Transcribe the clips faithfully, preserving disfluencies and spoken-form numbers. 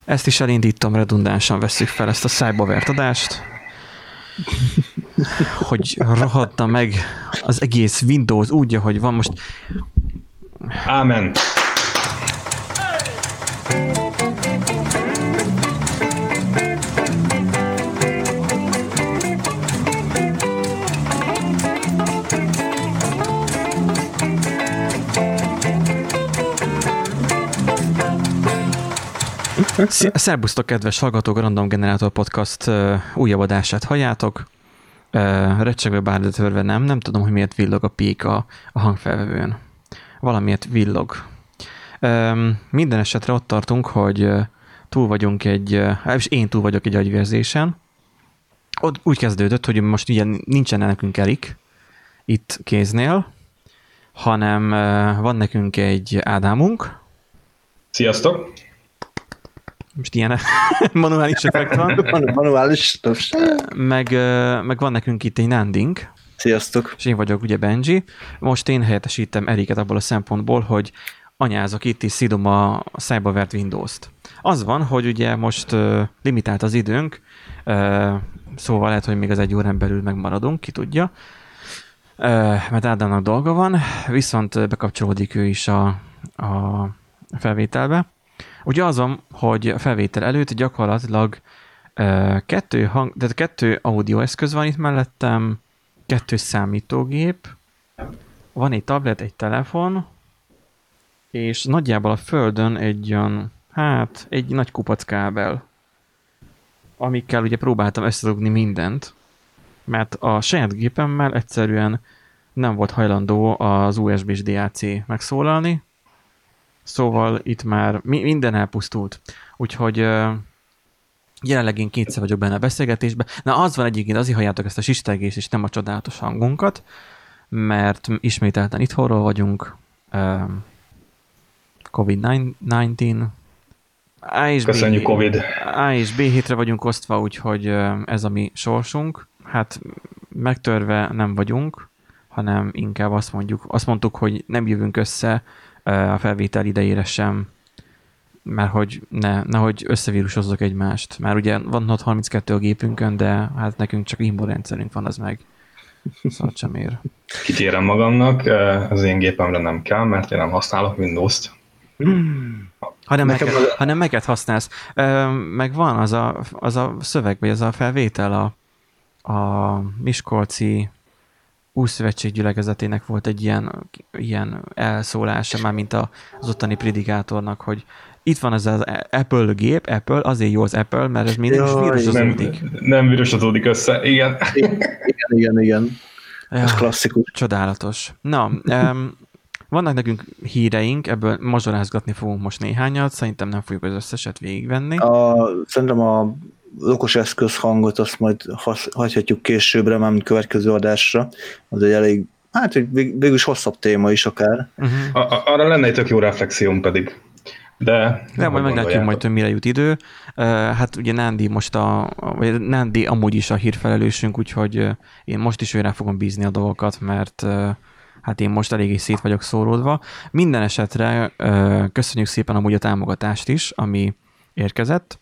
Ezt is elindítom, redundánsan vesszük fel ezt a szájba-vert adást, hogy rohadta meg az egész Windows úgy, ahogy van most. Ámen. Szerbusztok, kedves hallgatók, a Random Generator Podcast uh, újabb adását halljátok. Uh, recsegve bár de törve nem, nem tudom, hogy miért villog a pék a, a hangfelvevőn. Valamiért villog. Um, minden esetre ott tartunk, hogy uh, túl vagyunk egy, uh, és én túl vagyok egy agyvérzésen. Ott úgy kezdődött, hogy most ugye nincsen nekünk Erik itt kéznél, hanem uh, van nekünk egy Ádámunk. Sziasztok! Most ilyen manuális effekt van. Manuális. Meg, meg van nekünk itt egy Nándink. Sziasztok. És én vagyok ugye Benji. Most én helyettesítem Eriket abból a szempontból, hogy anyázok itt is szidom a szájba-vert Windows-t. Az van, hogy ugye most uh, limitált az időnk, uh, szóval lehet, hogy még az egy órán belül megmaradunk, ki tudja. Uh, mert Ádámnak dolga van, viszont bekapcsolódik ő is a, a felvételbe. Ugye az van, hogy a felvétel előtt gyakorlatilag uh, kettő, hang, de kettő audioeszköz van itt mellettem, kettő számítógép, van egy tablet, egy telefon, és nagyjából a földön egy olyan, hát egy nagy kupac kábel, amikkel ugye próbáltam összedugni mindent, mert a saját gépemmel egyszerűen nem volt hajlandó az u es bé-s dé á cé megszólalni, szóval itt már minden elpusztult. Úgyhogy uh, jelenleg én kétszer vagyok benne a beszélgetésben. Na az van egyébként, azért halljátok ezt a sistegést és nem a csodálatos hangunkat, mert ismételten itthonról vagyunk, uh, kovid tizenkilenc, A és Köszönjük, B, Covid. A és B hétre vagyunk osztva, úgyhogy uh, ez a mi sorsunk. Hát megtörve nem vagyunk, hanem inkább azt mondjuk, azt mondtuk, hogy nem jövünk össze a felvétel idejére sem, mert hogy ne, nehogy összevírusozzuk egymást. Már ugye van hat harminckettő a gépünkön, de hát nekünk csak immunrendszerünk van, az meg szóval sem ér. Kitérem magamnak, az én gépemre nem kell, mert én nem használok Windows-t. Hmm. Hanem, meg, hanem meget használsz. Meg van az a, az a szöveg, vagy az a felvétel a, a miskolci Úszszövetség gyülekezetének volt egy ilyen, ilyen elszólása, már mint az ottani predikátornak, hogy itt van ez az Apple gép, Apple, azért jó az Apple, mert ez mindig is vírusozódik. Nem, nem vírusozódik össze, igen. Igen, igen, igen. Ez ja, klasszikus. Csodálatos. Na, um, vannak nekünk híreink, ebből mazsolázgatni fogunk most néhányat, szerintem nem fogjuk az összeset végigvenni. A, szerintem a okos eszköz hangot azt majd hagyhatjuk későbbre, már mint következő adásra. Az egy elég, hát végül is hosszabb téma is akár. Uh-huh. A, arra lenne egy tök jó reflexióm pedig. De, de majd meglátjuk majd, hogy mire jut idő. Uh, hát ugye Nándi most a, vagy Nándi amúgy is a hírfelelősünk, úgyhogy uh, én most is őre fogom bízni a dolgokat, mert uh, hát én most eléggé szét vagyok szóródva. Minden esetre uh, köszönjük szépen amúgy a támogatást is, ami érkezett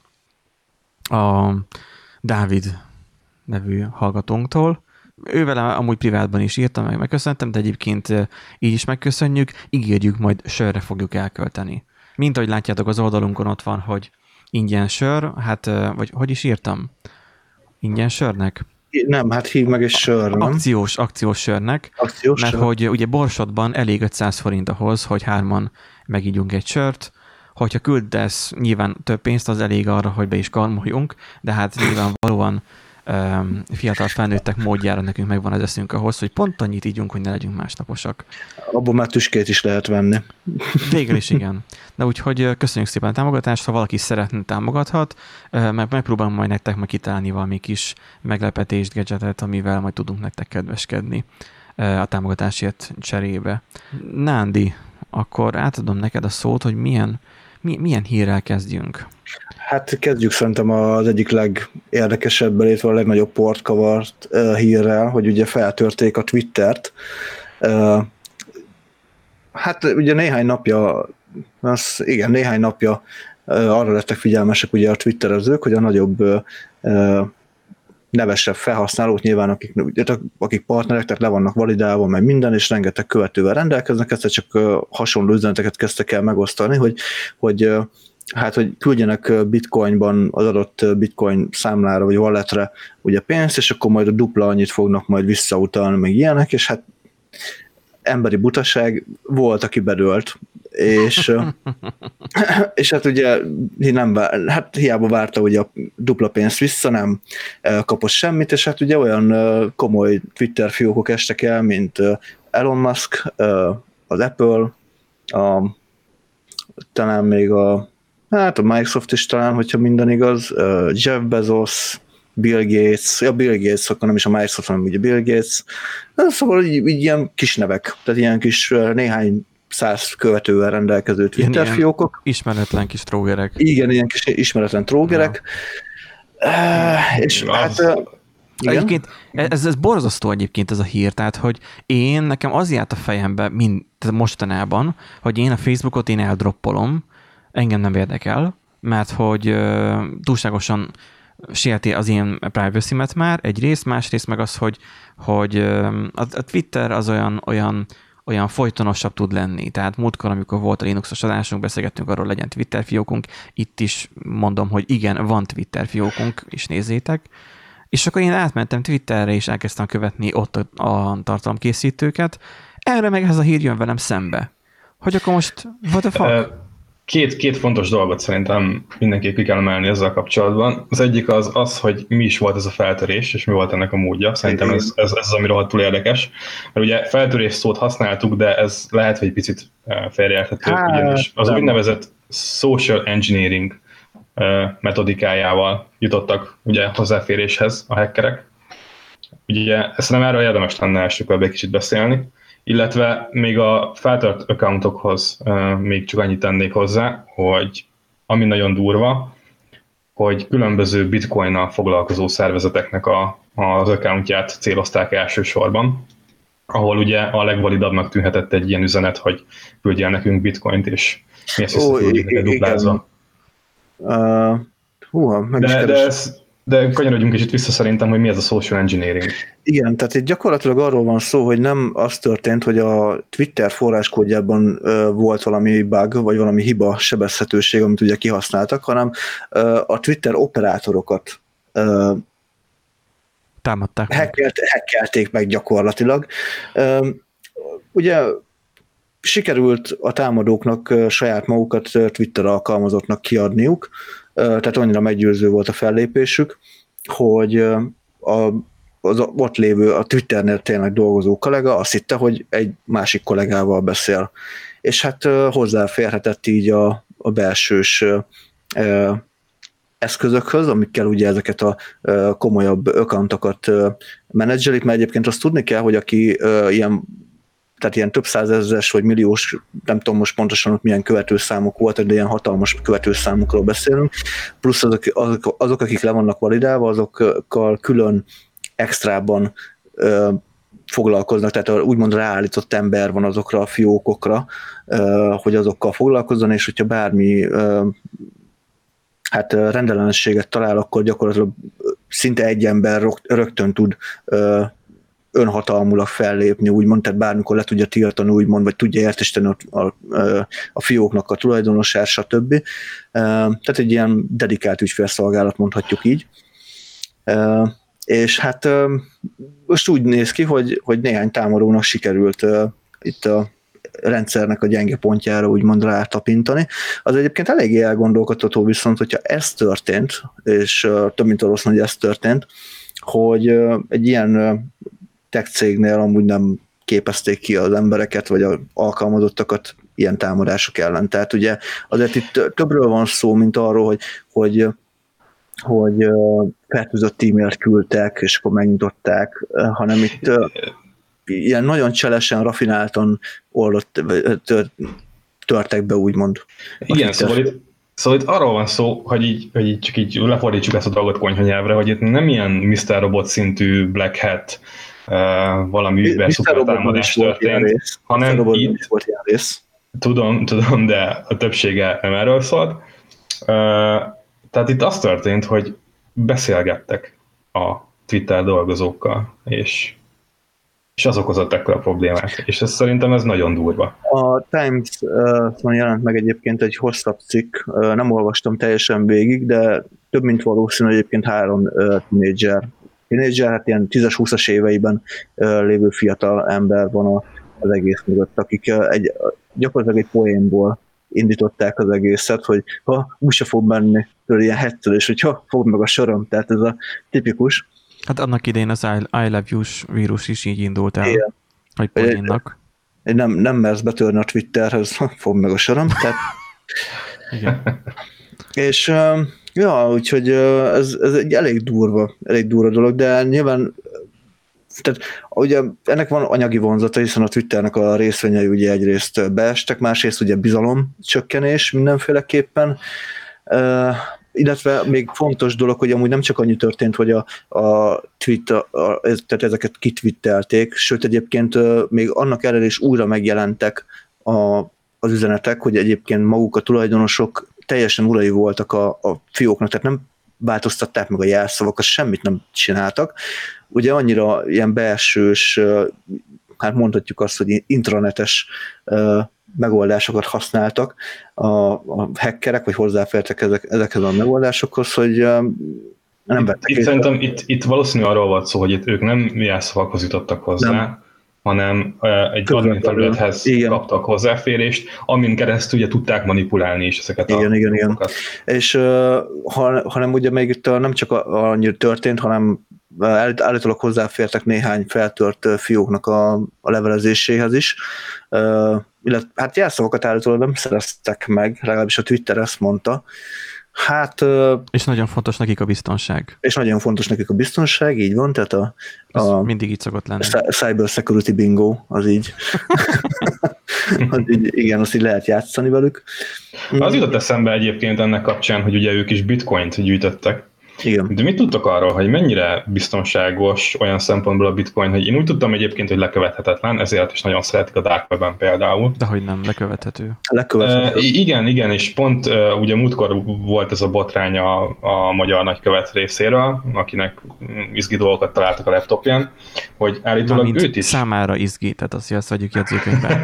a Dávid nevű hallgatónktól. Ő vele amúgy privátban is írtam, meg megköszöntem, de egyébként így is megköszönjük, ígérjük, majd sörre fogjuk elkölteni. Mint ahogy látjátok, az oldalunkon ott van, hogy ingyen sör, hát, vagy hogy is írtam? Ingyen sörnek? Nem, hát hív meg egy sör, nem? Akciós, akciós sörnek, akciós mert sör. hogy ugye Borsodban elég ötszáz forint ahhoz, hogy hárman megígyunk egy sört. Hogyha küldesz nyilván több pénzt, az elég arra, hogy be is karmoljunk, de hát nyilvánvalóan um, fiatal felnőttek módjára nekünk megvan az eszünk ahhoz, hogy pont annyit ígyunk, hogy ne legyünk másnaposak. Abban már tüskét is lehet venni. Végül is igen. De úgyhogy köszönjük szépen a támogatást, ha valaki szeretne, támogathat, meg megpróbálom majd nektek meg kitalálni valami kis meglepetést, gadgetet, amivel majd tudunk nektek kedveskedni a támogatásért cserébe. Nándi, akkor átadom neked a szót, hogy milyen milyen hírrel kezdjünk? Hát kezdjük szerintem az egyik legérdekesebb, illetve a legnagyobb port kavart uh, hírrel, hogy ugye feltörték a Twittert. Uh, hát ugye néhány napja, az, igen, néhány napja arra lettek figyelmesek ugye a twitterezők, hogy a nagyobb nevesebb felhasználók nyilván, akik, akik partnerek, tehát le vannak validálva, meg minden, és rengeteg követővel rendelkeznek, ezt csak hasonló üzeneteket kezdtek el megosztani, hogy, hogy hát, hogy küldjenek bitcoinban az adott bitcoin számlára, vagy walletre ugye pénzt, és akkor majd a dupla annyit fognak majd visszautalni, meg ilyenek, és hát emberi butaság volt, aki bedőlt, és, és hát ugye nem vár, hát hiába várta ugye a dupla pénzt vissza, nem kapott semmit, és hát ugye olyan komoly Twitter fiókok estek el, mint Elon Musk, az Apple, a, talán még a, hát a Microsoft is talán, hogyha minden igaz, Jeff Bezos, Bill Gates, ja Bill Gates, akkor nem is a Microsoft, hanem ugye Bill Gates, szóval így, így ilyen kis nevek, tehát ilyen kis néhány száz követővel rendelkező Twitter fiókok. Ismeretlen kis trógerek. Igen, ilyen kis ismeretlen trógerek. Ja. Uh, és az... hát... Uh, egyébként ez, ez borzasztó egyébként ez a hír, tehát hogy én, nekem az járt a fejembe mind, tehát mostanában, hogy én a Facebookot én eldroppolom, engem nem érdekel, mert hogy uh, túlságosan sérti az én privacy-met már egyrészt, másrészt meg az, hogy, hogy a Twitter az olyan, olyan, olyan folytonosabb tud lenni. Tehát múltkor, amikor volt a Linuxos adásunk, beszélgettünk arról, legyen Twitter fiókunk, itt is mondom, hogy igen, van Twitter fiókunk, és nézzétek. És akkor én átmentem Twitterre, és elkezdtem követni ott a, a tartalomkészítőket. Erre meg ez a hír jön velem szembe. Hogy akkor most, what the fuck? Két, két fontos dolgot szerintem mindenképp ki kell emelni ezzel kapcsolatban. Az egyik az az, hogy mi is volt ez a feltörés, és mi volt ennek a módja. Szerintem ez, ez, ez az, ami rohadtul érdekes. Mert ugye feltörés szót használtuk, de ez lehet, hogy picit félreérthető. Ugyanis az úgynevezett social engineering metodikájával jutottak ugye hozzáféréshez a hackerek. Ugye ezt nem erről érdemes lenne első körben egy kicsit beszélni. Illetve még a feltört accountokhoz uh, még csak annyit tennék hozzá, hogy ami nagyon durva, hogy különböző bitcoinnal foglalkozó szervezeteknek a, az accountját célozták elsősorban, ahol ugye a legvalidabbnak tűnhetett egy ilyen üzenet, hogy küldjél nekünk bitcoint, és mi ezt visszaküldjük neked duplázva. Uh, húha, meg de, de ez... De kanyarodjunk kicsit vissza szerintem, hogy mi ez a social engineering. Igen, tehát itt gyakorlatilag arról van szó, hogy nem az történt, hogy a Twitter forráskódjában uh, volt valami bug, vagy valami hiba, sebezhetőség, amit ugye kihasználtak, hanem uh, a Twitter operátorokat uh, támadták. Hackelt, hackelték meg gyakorlatilag. Uh, ugye sikerült a támadóknak uh, saját magukat uh, Twitter alkalmazottnak kiadniuk, tehát annyira meggyőző volt a fellépésük, hogy a, az ott lévő, a Twitternél tényleg dolgozó kollega azt hitte, hogy egy másik kollégával beszél. És hát hozzáférhetett így a, a belsős eszközökhöz, amikkel ugye ezeket a komolyabb accountokat menedzselik, mert egyébként azt tudni kell, hogy aki ilyen tehát ilyen több százezres vagy milliós, nem tudom most pontosan ott milyen követőszámok voltak, de ilyen hatalmas követőszámokról beszélünk, plusz azok, azok, azok akik le vannak validálva, azokkal külön extrában ö, foglalkoznak, tehát úgymond ráállított ember van azokra a fiókokra, ö, hogy azokkal foglalkozzon, és hogyha bármi ö, hát rendellenességet talál, akkor gyakorlatilag szinte egy ember rögtön tud ö, önhatalmulag fellépni, úgymond, tehát bármikor le tudja tiltani, úgymond, vagy tudja értesíteni a, a, a fióknak a tulajdonosát, stb. Tehát egy ilyen dedikált ügyfélszolgálat, mondhatjuk így. És hát most úgy néz ki, hogy, hogy néhány támadónak sikerült itt a rendszernek a gyenge pontjára úgymond rátapintani. Az egyébként eléggé elgondolkodható, viszont hogyha ez történt, és több mint valószínű, hogy ez történt, hogy egy ilyen tech cégnél amúgy nem képezték ki az embereket, vagy az alkalmazottakat ilyen támadások ellen. Tehát ugye azért itt többről van szó, mint arról, hogy, hogy, hogy fertőzött e-mailt küldtek, és akkor megnyitották, hanem itt ilyen nagyon cselesen, rafináltan oldott, törtek be, úgymond. Igen, szóval itt, szóval itt arról van szó, hogy így, hogy így csak így lefordítsuk ezt a dolgot konyha nyelvre, hogy itt nem ilyen miszter Robot szintű Black Hat Uh, valami ügyben szupertámadás történt, hanem itt, volt ilyen rész. Tudom, tudom, de a többsége nem erről szólt, Tehát itt az történt, hogy beszélgettek a Twitter dolgozókkal, és, és az okozott ekkora problémát. És ez szerintem ez nagyon durva. A Times-on jelent meg egyébként egy hosszabb cikk, nem olvastam teljesen végig, de több mint valószínű egyébként három tínédzser. Tínédzser, hát ilyen tízes-húszas éveiben lévő fiatal ember van az egész mögött, akik egy, gyakorlatilag egy poénból indították az egészet, hogy ha úgyse fog menni tőle ilyen hettelés, hogy ha fog meg a sorom, tehát ez a tipikus. Hát annak idején az I, I love you-s vírus is így indult el, igen. Hogy poénnak. Nem, nem mersz betörni a Twitterhez, fog meg a sorom, tehát... Igen. És ja, úgyhogy ez, ez egy elég durva, elég durva dolog, de nyilván tehát ugye ennek van anyagi vonzata, hiszen a Twitternek a részvényei ugye egyrészt beestek, másrészt ugye bizalom csökkenés mindenféleképpen, uh, illetve még fontos dolog, hogy amúgy nem csak annyi történt, hogy a, a tweet, a, a, tehát ezeket kitwittelték, sőt egyébként uh, még annak ellenére is újra megjelentek a, az üzenetek, hogy egyébként maguk a tulajdonosok teljesen urai voltak a, a fióknak, tehát nem változtatták meg a jelszavakat, semmit nem csináltak. Ugye annyira ilyen belsős, hát mondhatjuk azt, hogy intranetes megoldásokat használtak a, a hackerek, vagy hozzáfértek ezek, ezekhez a megoldásokhoz, hogy nem vettek. Itt, itt szerintem itt, itt valószínű arról volt szó, hogy itt ők nem jelszavakhoz jutottak hozzá, nem. hanem egy admin területhez kaptak hozzáférést, amin keresztül ugye tudták manipulálni is ezeket igen, a igen, igen. És uh, ha, hanem ugye még itt annyira csak annyira történt, hanem állítólag hozzáfértek néhány feltört fióknak a, a levelezéséhez is. Uh, illetve, hát jelszavakat állítólag nem szereztek meg, legalábbis a Twitter ezt mondta. Hát, és nagyon fontos nekik a biztonság. És nagyon fontos nekik a biztonság, így van, tehát a, a mindig így szokott lenni. Cyber Security Bingo, az így, az így, igen, azt így lehet játszani velük. Az jutott eszembe egyébként ennek kapcsán, hogy ugye ők is bitcoint gyűjtöttek. Igen. De mit tudtok arról, hogy mennyire biztonságos olyan szempontból a bitcoin, hogy én úgy tudtam egyébként, hogy lekövethetetlen, ezért is nagyon szeretik a dark webben például. De hogy nem, lekövethető. Lekövethető. Uh, igen, igen, és pont uh, ugye múltkor volt ez a botrány a, a magyar nagykövet részéről, akinek izgi dolgokat találtak a laptopján, hogy állítólag őt is... Számára izgi, tehát azt, azt vegyük jegyzőkönyvben.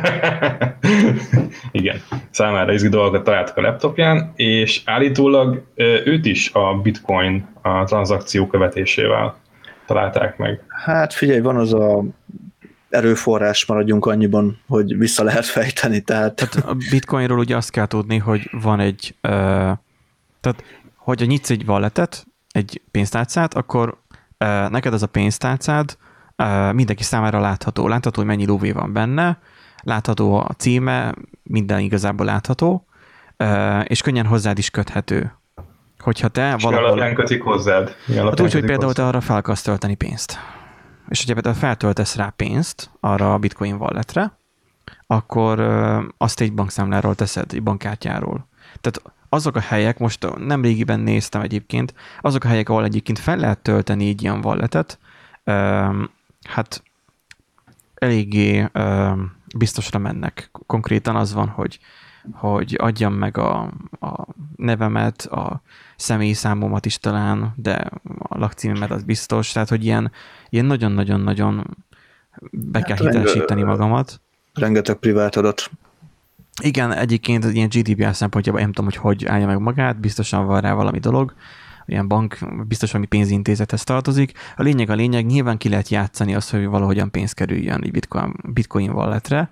Igen, számára izgi dolgokat találtak a laptopján, és állítólag uh, őt is a bitcoin a tranzakció követésével találták meg. Hát figyelj, van az a erőforrás, maradjunk annyiban, hogy vissza lehet fejteni. Tehát, tehát a bitcoinról ugye azt kell tudni, hogy van egy, uh, tehát hogyha nyitsz egy walletet, egy pénztárcát, akkor uh, neked az a pénztárcád uh, mindenki számára látható. Látható, hogy mennyi lóvé van benne, látható a címe, minden igazából látható, uh, és könnyen hozzád is köthető. Hogyha te és valahol... alapján kötik hozzád? Hát úgy, hogy például te arra fel akarsz tölteni pénzt. És hogyha például feltöltesz rá pénzt arra a bitcoin walletre, akkor azt egy bankszámláról teszed, egy bankkártyáról. Tehát azok a helyek, most nemrégiben néztem egyébként, azok a helyek, ahol egyébként fel lehet tölteni egy ilyen walletet, hát eléggé biztosra mennek. Konkrétan az van, hogy hogy adjam meg a, a nevemet, a személyi számomat is talán, de a lakcímemet az biztos, tehát hogy ilyen, ilyen nagyon-nagyon-nagyon be kell hát, hitelesíteni magamat. Rengeteg privát adat. Igen, egyébként ilyen G D P R szempontjában nem tudom, hogy hogy állja meg magát, biztosan van rá valami dolog, ilyen bank, biztos valami pénzintézethez tartozik. A lényeg a lényeg, nyilván ki lehet játszani azt, hogy valahogyan pénz kerüljön egy bitcoin, bitcoin walletre,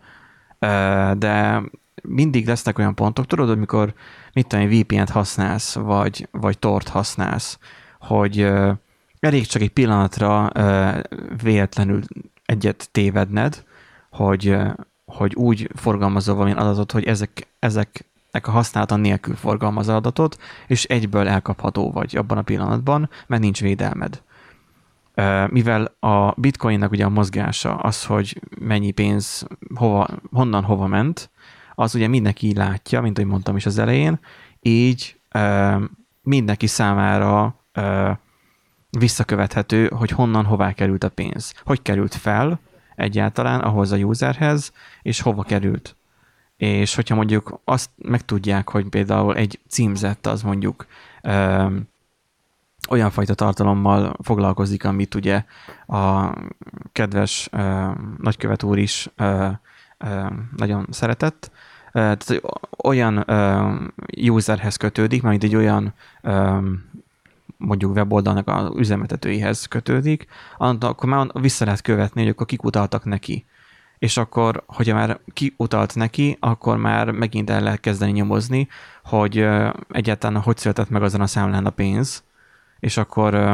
de mindig lesznek olyan pontok, tudod, amikor mit tudom, vé pé en-t használsz, vagy, vagy tort használsz, hogy uh, elég csak egy pillanatra uh, véletlenül egyet tévedned, hogy, uh, hogy úgy forgalmazol valamilyen adatot, hogy ezek, ezeknek a használata nélkül forgalmaz adatot, és egyből elkapható vagy abban a pillanatban, mert nincs védelmed. Uh, mivel a bitcoinnak ugye a mozgása az, hogy mennyi pénz hova, honnan hova ment, az ugye mindenki látja, mint ahogy mondtam is az elején, így uh, mindenki számára uh, visszakövethető, hogy honnan hová került a pénz. Hogy került fel egyáltalán ahhoz a userhez, és hova került. és hogyha mondjuk azt megtudják, hogy például egy címzett az mondjuk ö, olyan fajta tartalommal foglalkozik, amit ugye a kedves ö, nagykövet úr is ö, ö, nagyon szeretett, ö, tehát olyan ö, userhez kötődik, mint egy olyan ö, mondjuk weboldalnak az üzemeltetőihez kötődik, akkor már vissza lehet követni, hogy akkor kik utaltak neki. És akkor, hogyha már kiutalt neki, akkor már megint el lehet kezdeni nyomozni, hogy egyáltalán hogy született meg azon a számlán a pénz, és akkor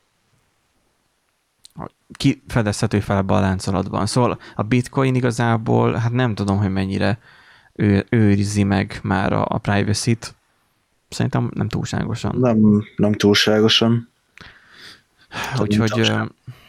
kifedezhető fel ebbe a láncolatban. Szóval a bitcoin igazából, hát nem tudom, hogy mennyire ő, őrizi meg már a, a privacy-t. Szerintem nem túlságosan. Nem, nem túlságosan. Úgyhogy...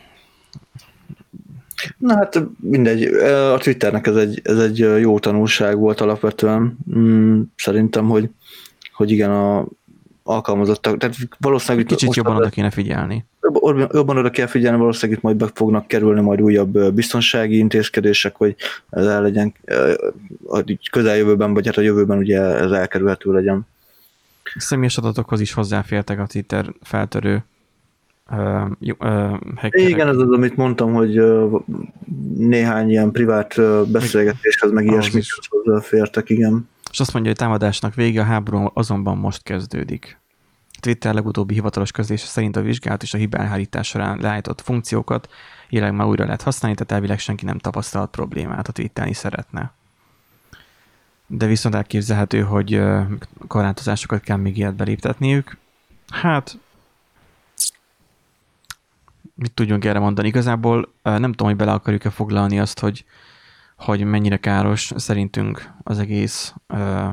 Na hát mindegy, a Twitternek ez egy, ez egy jó tanulság volt alapvetően. Szerintem, hogy, hogy igen, a alkalmazottak, tehát valószínűleg... Kicsit jobban oda kéne figyelni. Jobban oda kell figyelni, valószínűleg itt majd be fognak kerülni majd újabb biztonsági intézkedések, hogy ez el legyen a közeljövőben, vagy hát a jövőben ugye ez elkerülhető legyen. Személyes adatokhoz is hozzáfértek a Twitter feltörő Uh, uh, igen, ez az, amit mondtam, hogy uh, néhány ilyen privát uh, beszélgetéshez, meg ilyesmit hozzáfértek, igen. És azt mondja, hogy támadásnak vége, a háború azonban most kezdődik. Twitter legutóbbi hivatalos közlése szerint a vizsgálat és a hibelhárítás során leállított funkciókat jelenleg már újra lehet használni, tehát elvileg senki nem tapasztalt problémát, a twittelni szeretne. De viszont elképzelhető, hogy uh, korlátozásokat kell még ilyet beléptetniük. Hát mit tudjunk erre mondani? Igazából nem tudom, hogy bele akarjuk-e foglalni azt, hogy, hogy mennyire káros szerintünk az egész uh,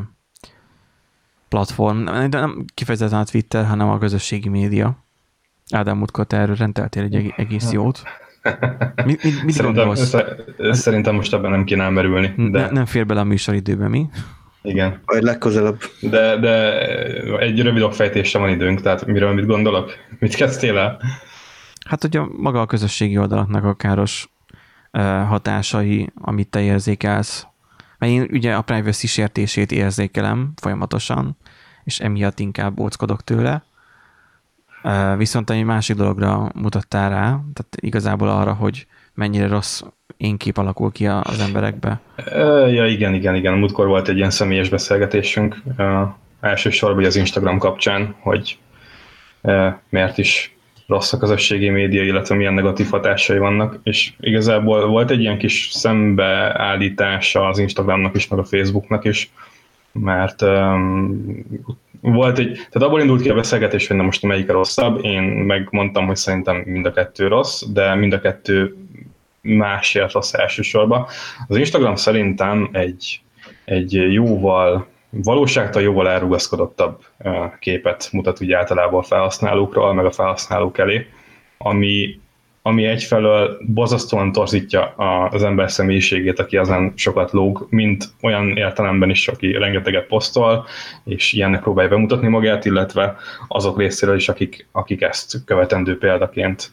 platform. De nem kifejezetten a Twitter, hanem a közösségi média. Ádám, múltkor te erről rendeltél egy egész jót. Mi, mi, mit szerintem, szerintem most ebben nem kéne elmerülni. De... Ne, nem fér bele a műsoridőbe, mi? Igen. Vagy legközelebb. De, de egy rövid okfejtésre van időnk, tehát miről mit gondolok? Mit kezdtél el? Hát, hogy a maga a közösségi oldalaknak a káros uh, hatásai, amit te érzékelsz. Mert én ugye a privacy sértését érzékelem folyamatosan, és emiatt inkább óckodok tőle. Uh, viszont egy másik dologra mutattál rá, tehát igazából arra, hogy mennyire rossz énkép alakul ki az emberekbe. Ja, igen, igen, igen. Múltkor volt egy ilyen személyes beszélgetésünk, uh, elsősorban az Instagram kapcsán, hogy uh, miért is rossz a közösségi média, illetve milyen negatív hatásai vannak, és igazából volt egy ilyen kis szembeállítása az Instagramnak is, meg a Facebooknak is, mert um, volt egy, tehát abból indult ki a beszélgetés, hogy na most melyik a rosszabb, én megmondtam, hogy szerintem mind a kettő rossz, de mind a kettő másért rossz elsősorban. Az Instagram szerintem egy, egy jóval, valóságtal jóval elrugaszkodottabb képet mutat úgy általában a felhasználókról, meg a felhasználók elé, ami, ami egyfelől borzasztóan torzítja az ember személyiségét, aki ezen sokat lóg, mint olyan értelemben is, aki rengeteget posztol, és ilyennek próbálja bemutatni magát, illetve azok részéről is, akik, akik ezt követendő példaként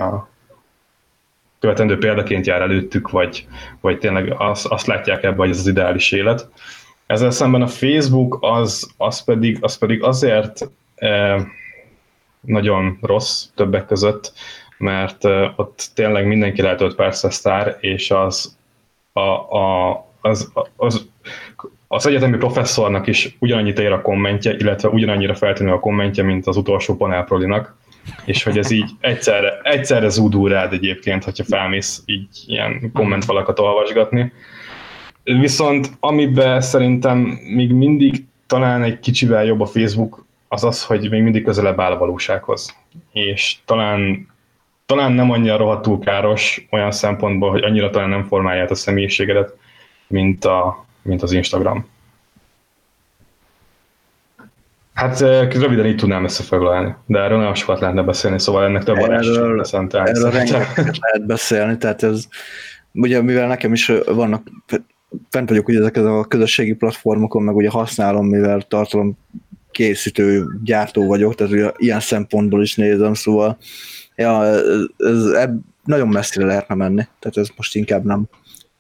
követendő példaként jár előttük, vagy, vagy tényleg azt, azt látják ebben, hogy ez az ideális élet. Ezzel szemben a Facebook az, az, pedig, az pedig azért eh, nagyon rossz többek között, mert eh, ott tényleg mindenki lehet öt percre sztár, és az, a, a, az, az, az egyetemi professzornak is ugyanannyit ér a kommentje, illetve ugyanannyira feltűnő a kommentje, mint az utolsó panelprolinak, és hogy ez így egyszerre, egyszerre zúdul rád egyébként, hogyha felmész így ilyen kommentvalakat olvasgatni. Viszont amiben szerintem még mindig talán egy kicsivel jobb a Facebook, az az, hogy még mindig közelebb áll a valósághoz. És talán, talán nem annyira rohadtul káros olyan szempontból, hogy annyira talán nem formálja át a személyiségedet, mint, a, mint az Instagram. Hát röviden így tudnám összefoglalni, de erről nagyon sokat lehetne beszélni, szóval ennek több erről, erről rengeteget lehet beszélni, tehát ez ugye mivel nekem is vannak, fent vagyok ugye ezeken a közösségi platformokon, meg ugye használom, mivel tartalom készítő, gyártó vagyok, tehát ugye ilyen szempontból is nézem, szóval ja, ez, ez nagyon messzire lehetne menni, tehát ez most inkább nem,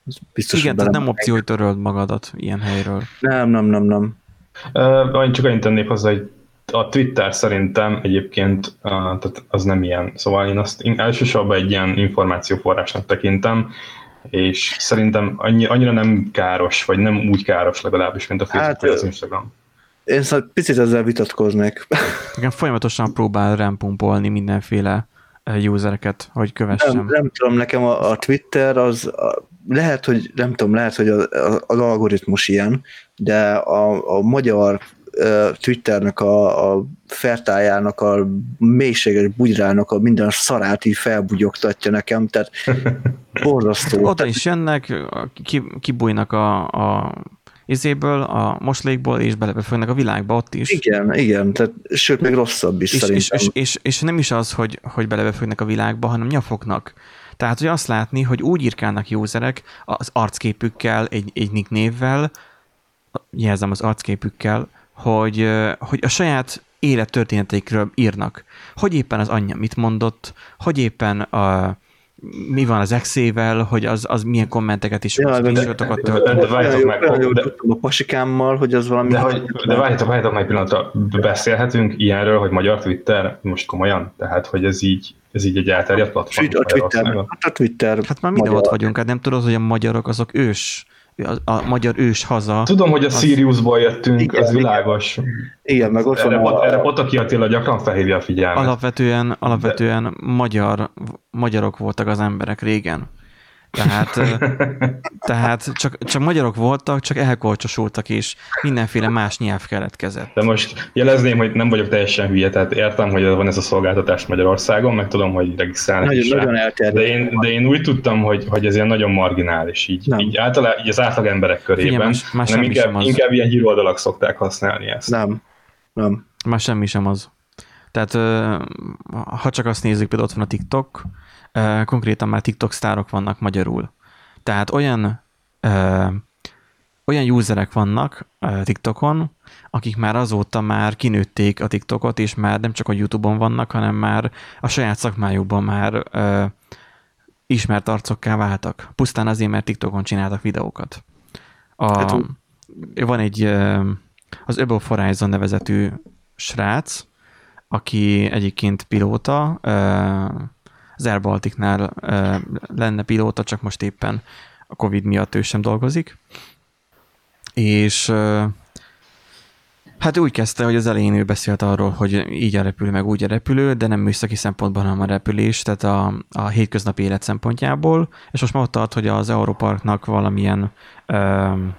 Biztos, igen, tehát nem opció, hogy töröld magadat ilyen helyről. Nem, nem, nem, nem. Uh, csak annyit tennék hozzá, hogy a Twitter szerintem egyébként uh, tehát az nem ilyen. Szóval én azt elsősorban egy ilyen információforrásnak tekintem, és szerintem annyi, annyira nem káros, vagy nem úgy káros legalábbis, mint a Facebook hát, vagy az Instagram. Én szóval picit ezzel vitatkoznék. Igen, folyamatosan próbál rámpumpolni mindenféle usereket, hogy kövessem. Nem, nem tudom, nekem a, a Twitter az a, lehet, hogy nem tudom, lehet, hogy a, a, az algoritmus ilyen, de a, a magyar uh, Twitternek a, a fertájának, a mélységes bugyrának a minden szarát így felbugyogtatja nekem, tehát borzasztó. Oda is jönnek, kibújnak a, a izéből, a moslékból, és belebefognak a világba ott is. Igen, igen, tehát, sőt, még rosszabb is és, szerintem. És, és, és, és nem is az, hogy, hogy belebefognak a világba, hanem nyafognak. Tehát, hogy azt látni, hogy úgy írkálnak userek az arcképükkel, egy, egy nick névvel, jelzem az arcképükkel, hogy, hogy a saját élettörténeteikről írnak. Hogy éppen az anyja mit mondott, hogy éppen a mi van az exével, hogy az, az milyen kommenteket is ja, screenshotokat töltött. De várjátok meg. A pasikámmal, hogy az valami... De, hogy, de várjátok, várjátok meg egy pillanatra. Beszélhetünk ilyenről, hogy magyar Twitter most komolyan? Tehát, hogy ez így, ez így egy elterjedt platform? A Twitter, hát a Twitter hát már minden ott vagyunk, hát nem tudod, hogy a magyarok azok ős, a, a magyar ős haza. Tudom, hogy a az... Siriusból jöttünk, igen, az világos. Igen, meg ott erre, van a... a... erre Potaki Attila gyakran felhívja a figyelmet. Alapvetően, alapvetően de... magyar, magyarok voltak az emberek régen. Tehát, tehát csak, csak magyarok voltak, csak elkolcsosultak, és mindenféle más nyelv keletkezett. De most jelezném, hogy nem vagyok teljesen hülye, tehát értem, hogy van ez a szolgáltatás Magyarországon, meg tudom, hogy regisztrálnak nagyon, is nagyon rá. De én, de én úgy tudtam, hogy, hogy ez ilyen nagyon marginális, így, így, általában, így az átlag emberek körében, Figyelj, más, más nem inkább, inkább ilyen híroldalak szokták használni ezt. Nem, nem. Már semmi sem az. Tehát ha csak azt nézzük, például ott van a TikTok, konkrétan már TikTok sztárok vannak magyarul. Tehát olyan, ö, olyan userek vannak ö, TikTokon, akik már azóta már kinőtték a TikTokot, és már nem csak a YouTube-on vannak, hanem már a saját szakmájukban már ö, ismert arcokká váltak. Pusztán azért, mert TikTokon csináltak videókat. A, hát, van egy ö, az Above Horizon nevezetű srác, aki egyébként pilóta, ö, az Air Balticnál uh, lenne pilóta, csak most éppen a Covid miatt ő sem dolgozik. És uh, hát úgy kezdte, hogy az elején ő beszélt arról, hogy így a repülő, meg úgy a repülő, de nem műszaki szempontból, hanem a repülés, tehát a, a hétköznapi élet szempontjából, és most már ott tart, hogy az Europarknak valamilyen um,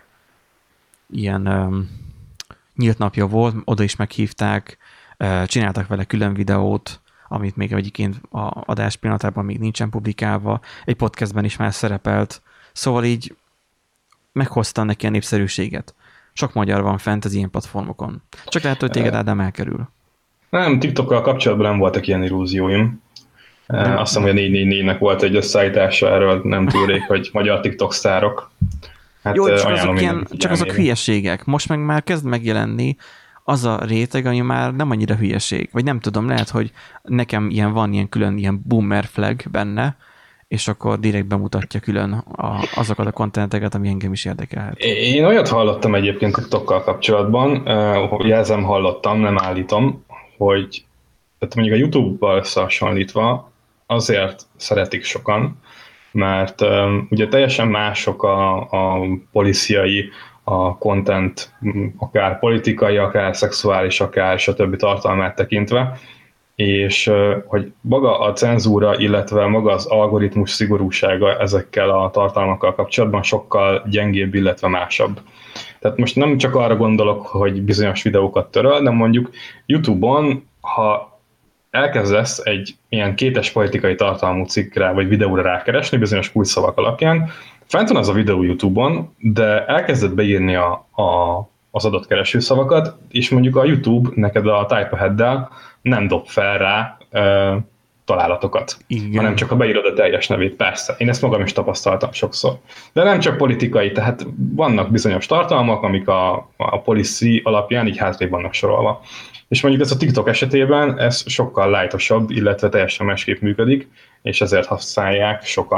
ilyen um, nyílt napja volt, oda is meghívták, uh, csináltak vele külön videót, amit még egyébként a adás pillanatában még nincsen publikálva, egy podcastben is már szerepelt, szóval így meghoztam neki a népszerűséget. Sok magyar van fent az ilyen platformokon. Csak lehet, hogy téged Ádám elkerül. Nem, TikTokkal kapcsolatban nem voltak ilyen illúzióim. Nem. Azt hiszem, hogy a négy négy négynek volt egy összeállítása erről, nem túl rég, hogy magyar TikTok sztárok. Hát jó, csak azok, ilyen, csak azok hülyeségek. Most meg már kezd megjelenni az a réteg, ami már nem annyira hülyeség. Vagy nem tudom, lehet, hogy nekem ilyen van ilyen külön ilyen boomer flag benne, és akkor direkt bemutatja külön a, azokat a kontenteket, ami engem is érdekelhet. Én olyat hallottam egyébként TikTokkal kapcsolatban, jelzem hallottam, nem állítom, hogy tehát mondjuk a YouTube-val összehasonlítva azért szeretik sokan, mert um, ugye teljesen mások a, a policiai, a content, akár politikai, akár szexuális, akár stb. Tartalmát tekintve, és uh, hogy maga a cenzúra, illetve maga az algoritmus szigorúsága ezekkel a tartalmakkal kapcsolatban sokkal gyengébb, illetve másabb. Tehát most nem csak arra gondolok, hogy bizonyos videókat töröl, de mondjuk YouTube-on, ha elkezdesz egy ilyen kétes politikai tartalmú cikkre vagy videóra rákeresni bizonyos kulcsszavak alapján, fent van az a videó YouTube-on, de elkezded beírni a, a, az adott keresőszavakat, és mondjuk a YouTube neked a type-ahead-del nem dob fel rá ö, találatokat, igen, hanem csak ha beírod a teljes nevét, persze. Én ezt magam is tapasztaltam sokszor. De nem csak politikai, tehát vannak bizonyos tartalmak, amik a, a policy alapján így hátrébb vannak sorolva. És mondjuk ez a TikTok esetében ez sokkal lightosabb, illetve teljesen másképp működik, és ezért használják sokan.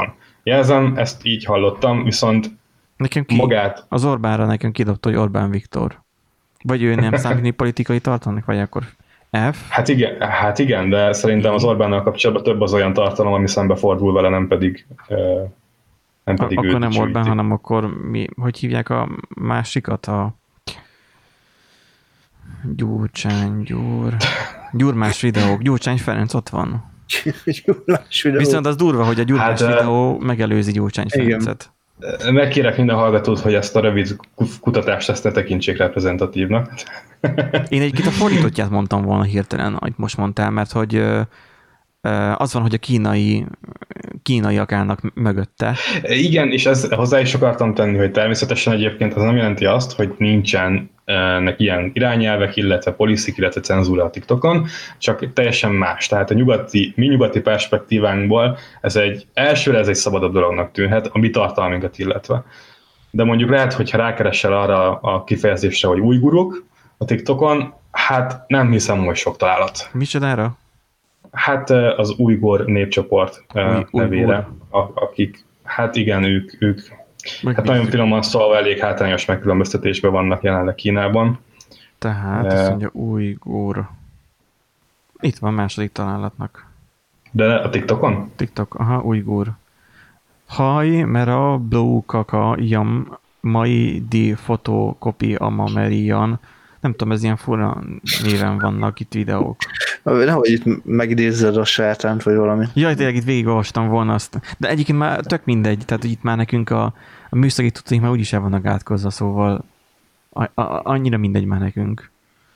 Jelzem, ezt így hallottam, viszont nekem ki, magát... Az Orbánra nekem kidobta, hogy Orbán Viktor. Vagy ő nem számít politikai tartalomnak, vagy akkor F? Hát igen, hát igen, de szerintem az Orbánnal kapcsolatban több az olyan tartalom, ami szembefordul vele, nem pedig, nem pedig Akkor őt nem dicsőíti. Orbán, hanem akkor mi, hogy hívják a másikat? A Gyurcsány, Gyur... Gyurmás videók. Gyurcsány Ferenc ott van. Viszont az durva, hogy a Gyurmás hát, videó megelőzi Gyurcsány Ferencet. Megkérek minden hallgatót, hogy ezt a rövid kutatást ezt ne tekintsék reprezentatívnak. Én egyébként a fordítottját mondtam volna hirtelen, amit most mondtál, mert hogy az van, hogy a kínai, kínaiak állnak mögötte. Igen, és ez, hozzá is akartam tenni, hogy természetesen egyébként az nem jelenti azt, hogy nincsenek ilyen irányelvek, illetve policy, illetve cenzúra a TikTokon, csak teljesen más. Tehát a nyugati, mi nyugati perspektívánkból ez egy elsőre ez egy szabadabb dolognak tűnhet, a mi tartalminkat illetve. De mondjuk lehet, hogyha rákeresel arra a kifejezésre, hogy ujgurok a TikTokon, hát nem hiszem, hogy sok találat. Micsodára? Hát az ujgur népcsoport Uj, nevére, a, akik, hát igen, ők, ők hát nagyon finoman szólva elég hátrányos megkülönböztetésben vannak jelenleg Kínában. Tehát azt mondja ujgur. Itt van második találatnak. De a TikTokon? TikTok, aha, ujgur. Haj, mera blue kaka jam mai di fotokopi amamerian. Nem tudom, ez ilyen fura néven vannak itt videók. Nehogy itt megidézzed a sátánt, vagy valami. Jaj, tényleg itt végigolvastam volna azt. De egyébként már tök mindegy, tehát itt már nekünk a, a műszaki tudtaink már úgyis el vannak átkozva, szóval a, a, annyira mindegy már nekünk.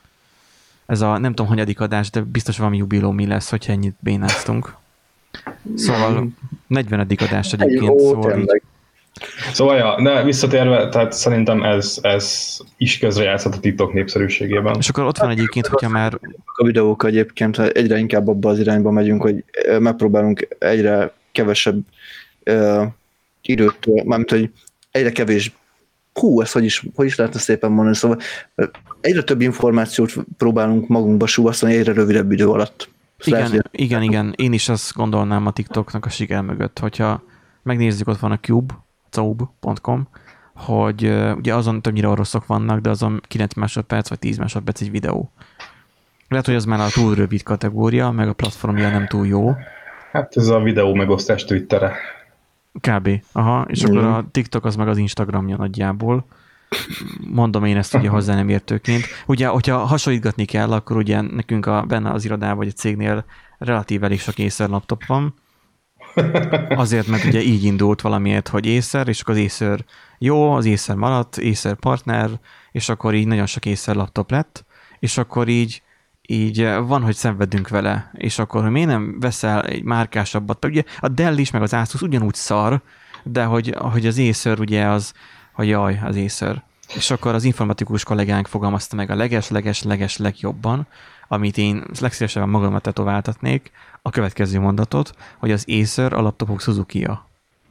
Ez a nem tudom, hanyadik adás, de biztos valami jubilómi lesz, hogyha ennyit bénáztunk. Szóval negyvenedik adás egyébként. Jó, szóval így, Szóval, ja, de visszatérve, tehát szerintem ez, ez is közrejátszott a TikTok népszerűségében. és akkor ott van egyébként, hogyha már... A videók egyébként egyre inkább abba az irányba megyünk, hogy megpróbálunk egyre kevesebb uh, időt, mármint, hogy egyre kevés, hú, ezt hogy is, hogy is lehetne szépen mondani, szóval egyre több információt próbálunk magunkba súvasztani egyre rövidebb idő alatt. Igen, lehet, igen, igen, én is azt gondolnám a TikToknak a siker mögött, hogyha megnézzük, ott van a Cube, cube pont com, hogy uh, ugye azon többnyire oroszok vannak, de azon kilenc másodperc vagy tíz másodperc egy videó. Lehet, hogy az már a túl rövid kategória, meg a platformja nem túl jó. Hát ez a videó megosztás Twittere. Kb. Aha, és mm. akkor a TikTok az meg az Instagramja nagyjából. Mondom én ezt ugye hozzá nem értőként. Ugye, hogyha hasonlítgatni kell, akkor ugye nekünk a, benne az irodában vagy a cégnél relatív elég sok Acer laptop van. Azért, mert ugye így indult valamiért, hogy Acer, és akkor az Acer jó, az Acer maradt, Acer partner, és akkor így nagyon sok Acer laptop lett, és akkor így így van, hogy szenvedünk vele, és akkor, hogy miért nem veszel egy márkásabbat, ugye a Dell is, meg az Asus ugyanúgy szar, de hogy, hogy az Acer ugye az, hogy jaj, az Acer. És akkor az informatikus kollégánk fogalmazta meg a leges-leges-leges legjobban, amit én legszívesebben magamat tetováltatnék, a következő mondatot, hogy az Acer a laptopok Suzuki-ja.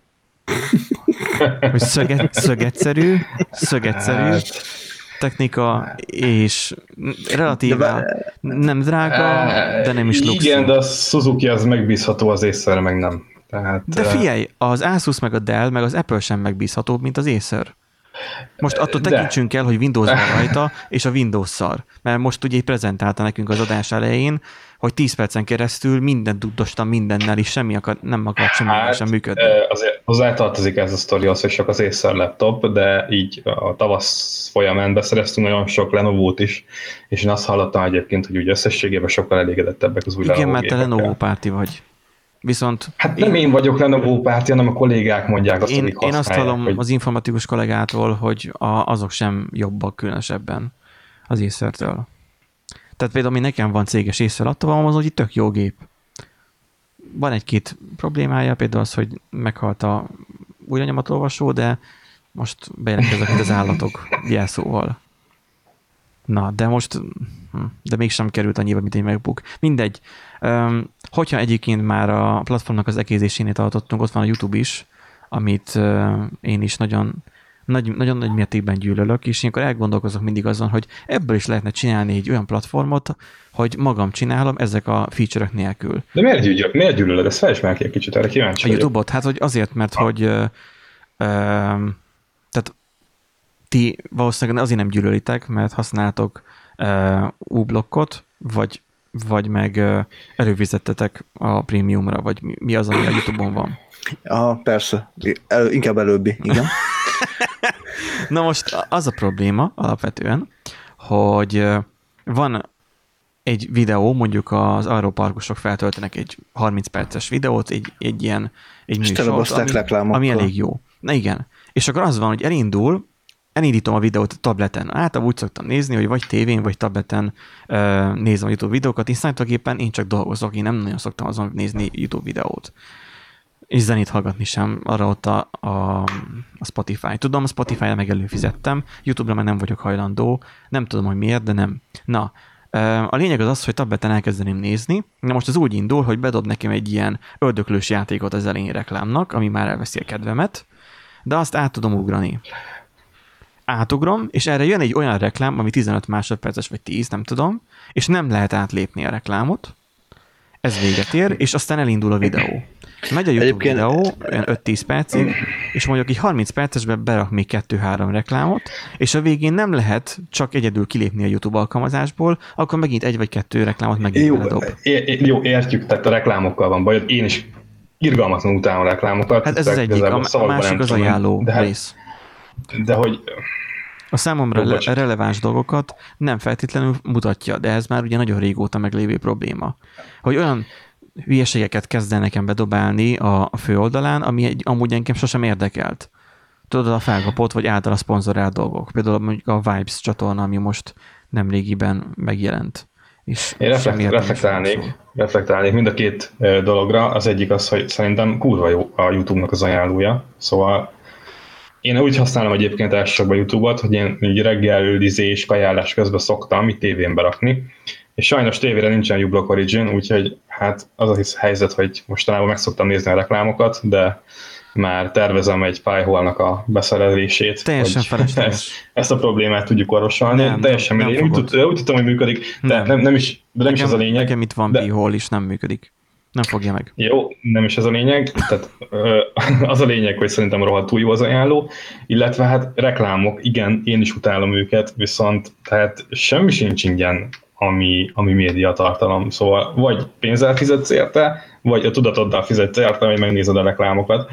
Hogy szöget, szögetszerű, szögetszerű, technika, és relatíve nem drága, de nem is luxus. Igen, de a Suzuki az megbízható, az Acer meg nem. Tehát, de figyelj, az Asus meg a Dell meg az Apple sem megbízhatóbb, mint az Acer. Most attól tekintsünk el, hogy Windows van rajta, és a Windows szar. Mert most ugye prezentálta nekünk az adás elején, hogy tíz percen keresztül mindent tudostam mindennel, és semmi akar, nem akart semmi hát, sem működni. Azért hozzátartozik ez a sztorihoz, hogy csak az Acer laptop, de így a tavasz folyamán beszereztünk nagyon sok Lenovo-t is, és én azt hallottam egyébként, hogy úgy összességében sokkal elégedettebbek az új Lenovo Igen, mert te Lenovo párti vagy. Viszont hát nem én, én vagyok Lenovo párti, hanem a kollégák mondják azt, én, akik én azt hallom hogy... az informatikus kollégától, hogy a, azok sem jobbak különösebben az Acer-től. Tehát például, ami nekem van céges Acer laptopom, az, hogy itt tök jó gép. Van egy-két problémája, például az, hogy meghalt a új lenyomatolvasó, de most bejelentkezek, mint az állatok jelszóval. Na, de most, de mégsem került annyiba, mint egy MacBook. Mindegy. Um, hogyha egyébként már a platformnak az ekézésénél tartottunk, ott van a YouTube is, amit uh, én is nagyon nagy, nagyon nagy mértékben gyűlölök, és ilyenkor elgondolkozok mindig azon, hogy ebből is lehetne csinálni egy olyan platformot, hogy magam csinálom ezek a feature-ök nélkül. De miért gyűlölöd? Miért gyűlölöd? Ezt fejtsd már ki egy kicsit, erre kíváncsi A YouTube-ot? Hát, hogy azért, mert ah. hogy ö, ö, tehát ti valószínűleg azért nem gyűlölitek, mert használtok ö, U-blokkot, vagy, vagy meg ö, előfizettetek a prémiumra, vagy mi, mi az, ami a YouTube-on van. Ah, persze. El, inkább előbbi, igen. Na most az a probléma alapvetően, hogy van egy videó, mondjuk az aeroparkosok feltöltenek egy harminc perces videót, egy, egy ilyen egy műsort, ami, ami elég jó. Na igen. És akkor az van, hogy elindul, elindítom a videót a tableten. Általában úgy szoktam nézni, hogy vagy tévén, vagy tableten uh, nézem a YouTube videókat, és számítógépen én csak dolgozok, én nem nagyon szoktam azon nézni YouTube videót. És zenét hallgatni sem, arra ott a, a, a Spotify. Tudom, a Spotify-ra meg előfizettem, YouTube-ra meg nem vagyok hajlandó, nem tudom, hogy miért, de nem. Na, a lényeg az az, hogy tableten elkezdeném nézni. Na most az úgy indul, hogy bedob nekem egy ilyen ördöklős játékot az elején reklámnak, ami már elveszi a kedvemet, de azt át tudom ugrani. Átugrom, és erre jön egy olyan reklám, ami tizenöt másodperces, vagy tíz, nem tudom, és nem lehet átlépni a reklámot. Ez véget ér, és aztán elindul a videó. Megy a YouTube Egyébként... videó, olyan öt-tíz percig, és mondjuk így harminc percesben berak még kettő-három reklámot, és a végén nem lehet csak egyedül kilépni a YouTube alkalmazásból, akkor megint egy vagy kettő reklámot megint jó, beledob. É, jó, értjük, tehát a reklámokkal van bajod, én is irgalmatlan utálom a reklámokat. Hát ez az egyik, a, a másik az ajánló de rész. De hogy... A számomra le- releváns dolgokat nem feltétlenül mutatja, de ez már ugye nagyon régóta meglévő probléma. Hogy olyan hülyeségeket kezd el nekem bedobálni a, a főoldalán, ami egy, amúgy engem sosem érdekelt. Tudod, a felkapott, vagy által a szponzorált dolgok. Például mondjuk a Vibes csatorna, ami most nemrégiben megjelent. És Én reflekt, reflektálnék, reflektálnék mind a két dologra. Az egyik az, hogy szerintem kurva jó a YouTube-nak az ajánlója. Szóval én úgy használom egyébként elsősorban a YouTube-ot, hogy én így reggelizés, kajálás közben szoktam itt tévén berakni, és sajnos tévére nincsen uBlock Origin, úgyhogy hát az a helyzet, hogy mostanában meg szoktam nézni a reklámokat, de már tervezem egy firehole-nak a beszerelését. Teljesen felesleges. Ezt, ezt a problémát tudjuk orvosolni. Nem, Teljesen nem, nem úgy, tud, úgy tudtam, hogy működik, de nem, nem, nem is, de nem nekem, is ez a lényeg. Nekem itt van de... B-hole is nem működik. Nem fogja meg. Jó, nem is ez a lényeg. Tehát, az a lényeg, hogy szerintem rohadtul jó az ajánló, illetve hát reklámok, igen, én is utálom őket, viszont tehát semmi sincs ingyen, ami, ami médiatartalom. Szóval vagy pénzzel fizetsz érte, vagy a tudatoddal fizetsz érte, hogy megnézed a reklámokat.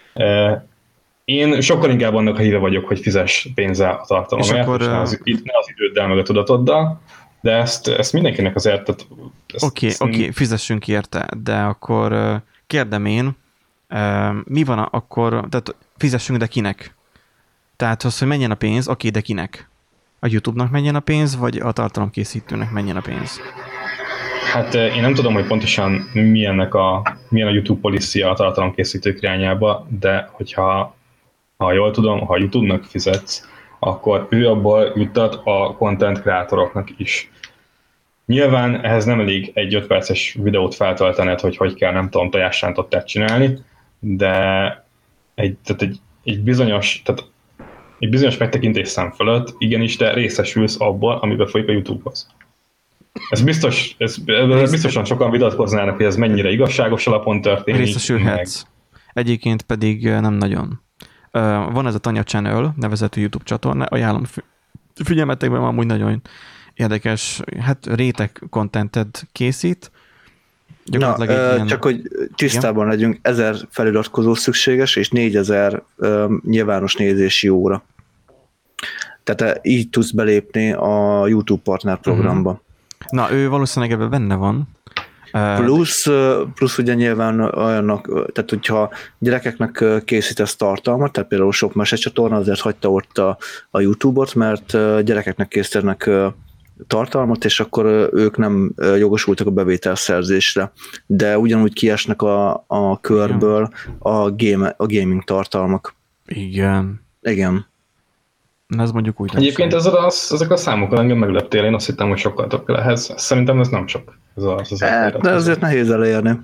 Én sokkal inkább annak a híve vagyok, hogy fizess pénzzel a tartalomért, és, akkor, és ne, az, ne az időddel, meg a tudatoddal, de ezt, ezt mindenkinek azért... Oké, oké, okay, okay, fizessünk érte, de akkor kérdem én, mi van akkor, tehát fizessünk, de kinek? Tehát az, hogy menjen a pénz, oké, de kinek? A YouTube-nak menjen a pénz, vagy a tartalomkészítőnek menjen a pénz? Hát én nem tudom, hogy pontosan milyennek a, milyen a YouTube policy a tartalomkészítők irányába, de hogyha ha jól tudom, ha YouTube-nak fizetsz, akkor ő abból juttat a content kreatoroknak is. Nyilván ehhez nem elég egy öt perces videót feltöltened, hogy hogy kell, nem tudom, tojássántottat csinálni, de egy, tehát egy, egy bizonyos, tehát egy bizonyos megtekintésszám fölött igenis te részesülsz abból, amiben folyik a YouTube-hoz. Ez biztos, ez, ez biztosan sokan vitatkoznának, hogy ez mennyire igazságos alapon történik. Részesülhetsz. Meg... Egyébként pedig nem nagyon. Van ez a Tanya Channel nevezetű YouTube csatorna, ajánlom figyelmetekben, amúgy nagyon érdekes, hát réteg contentet készít. Na, ilyen... csak hogy tisztában igen? legyünk, ezer feliratkozó szükséges, és négyezer uh, nyilvános nézési óra. Tehát így tudsz belépni a YouTube partner programba. Uh-huh. Na, ő valószínűleg ebben benne van. Plusz, plusz ugye nyilván olyannak, tehát hogyha gyerekeknek készítesz tartalmat, tehát például sok mesecsatorna azért hagyta ott a, a YouTube-ot, mert gyerekeknek készítenek tartalmat, és akkor ők nem jogosultak a bevételszerzésre. De ugyanúgy kiesnek a, a körből a, game, a gaming tartalmak. Igen. Igen. Ez mondjuk úgy. Egyébként ez az, ezek a számokkal engem megleptél, én azt hittem, hogy sokkal több lehet. Szerintem ez nem sok. Ez az, az e, de azért nehéz elérni.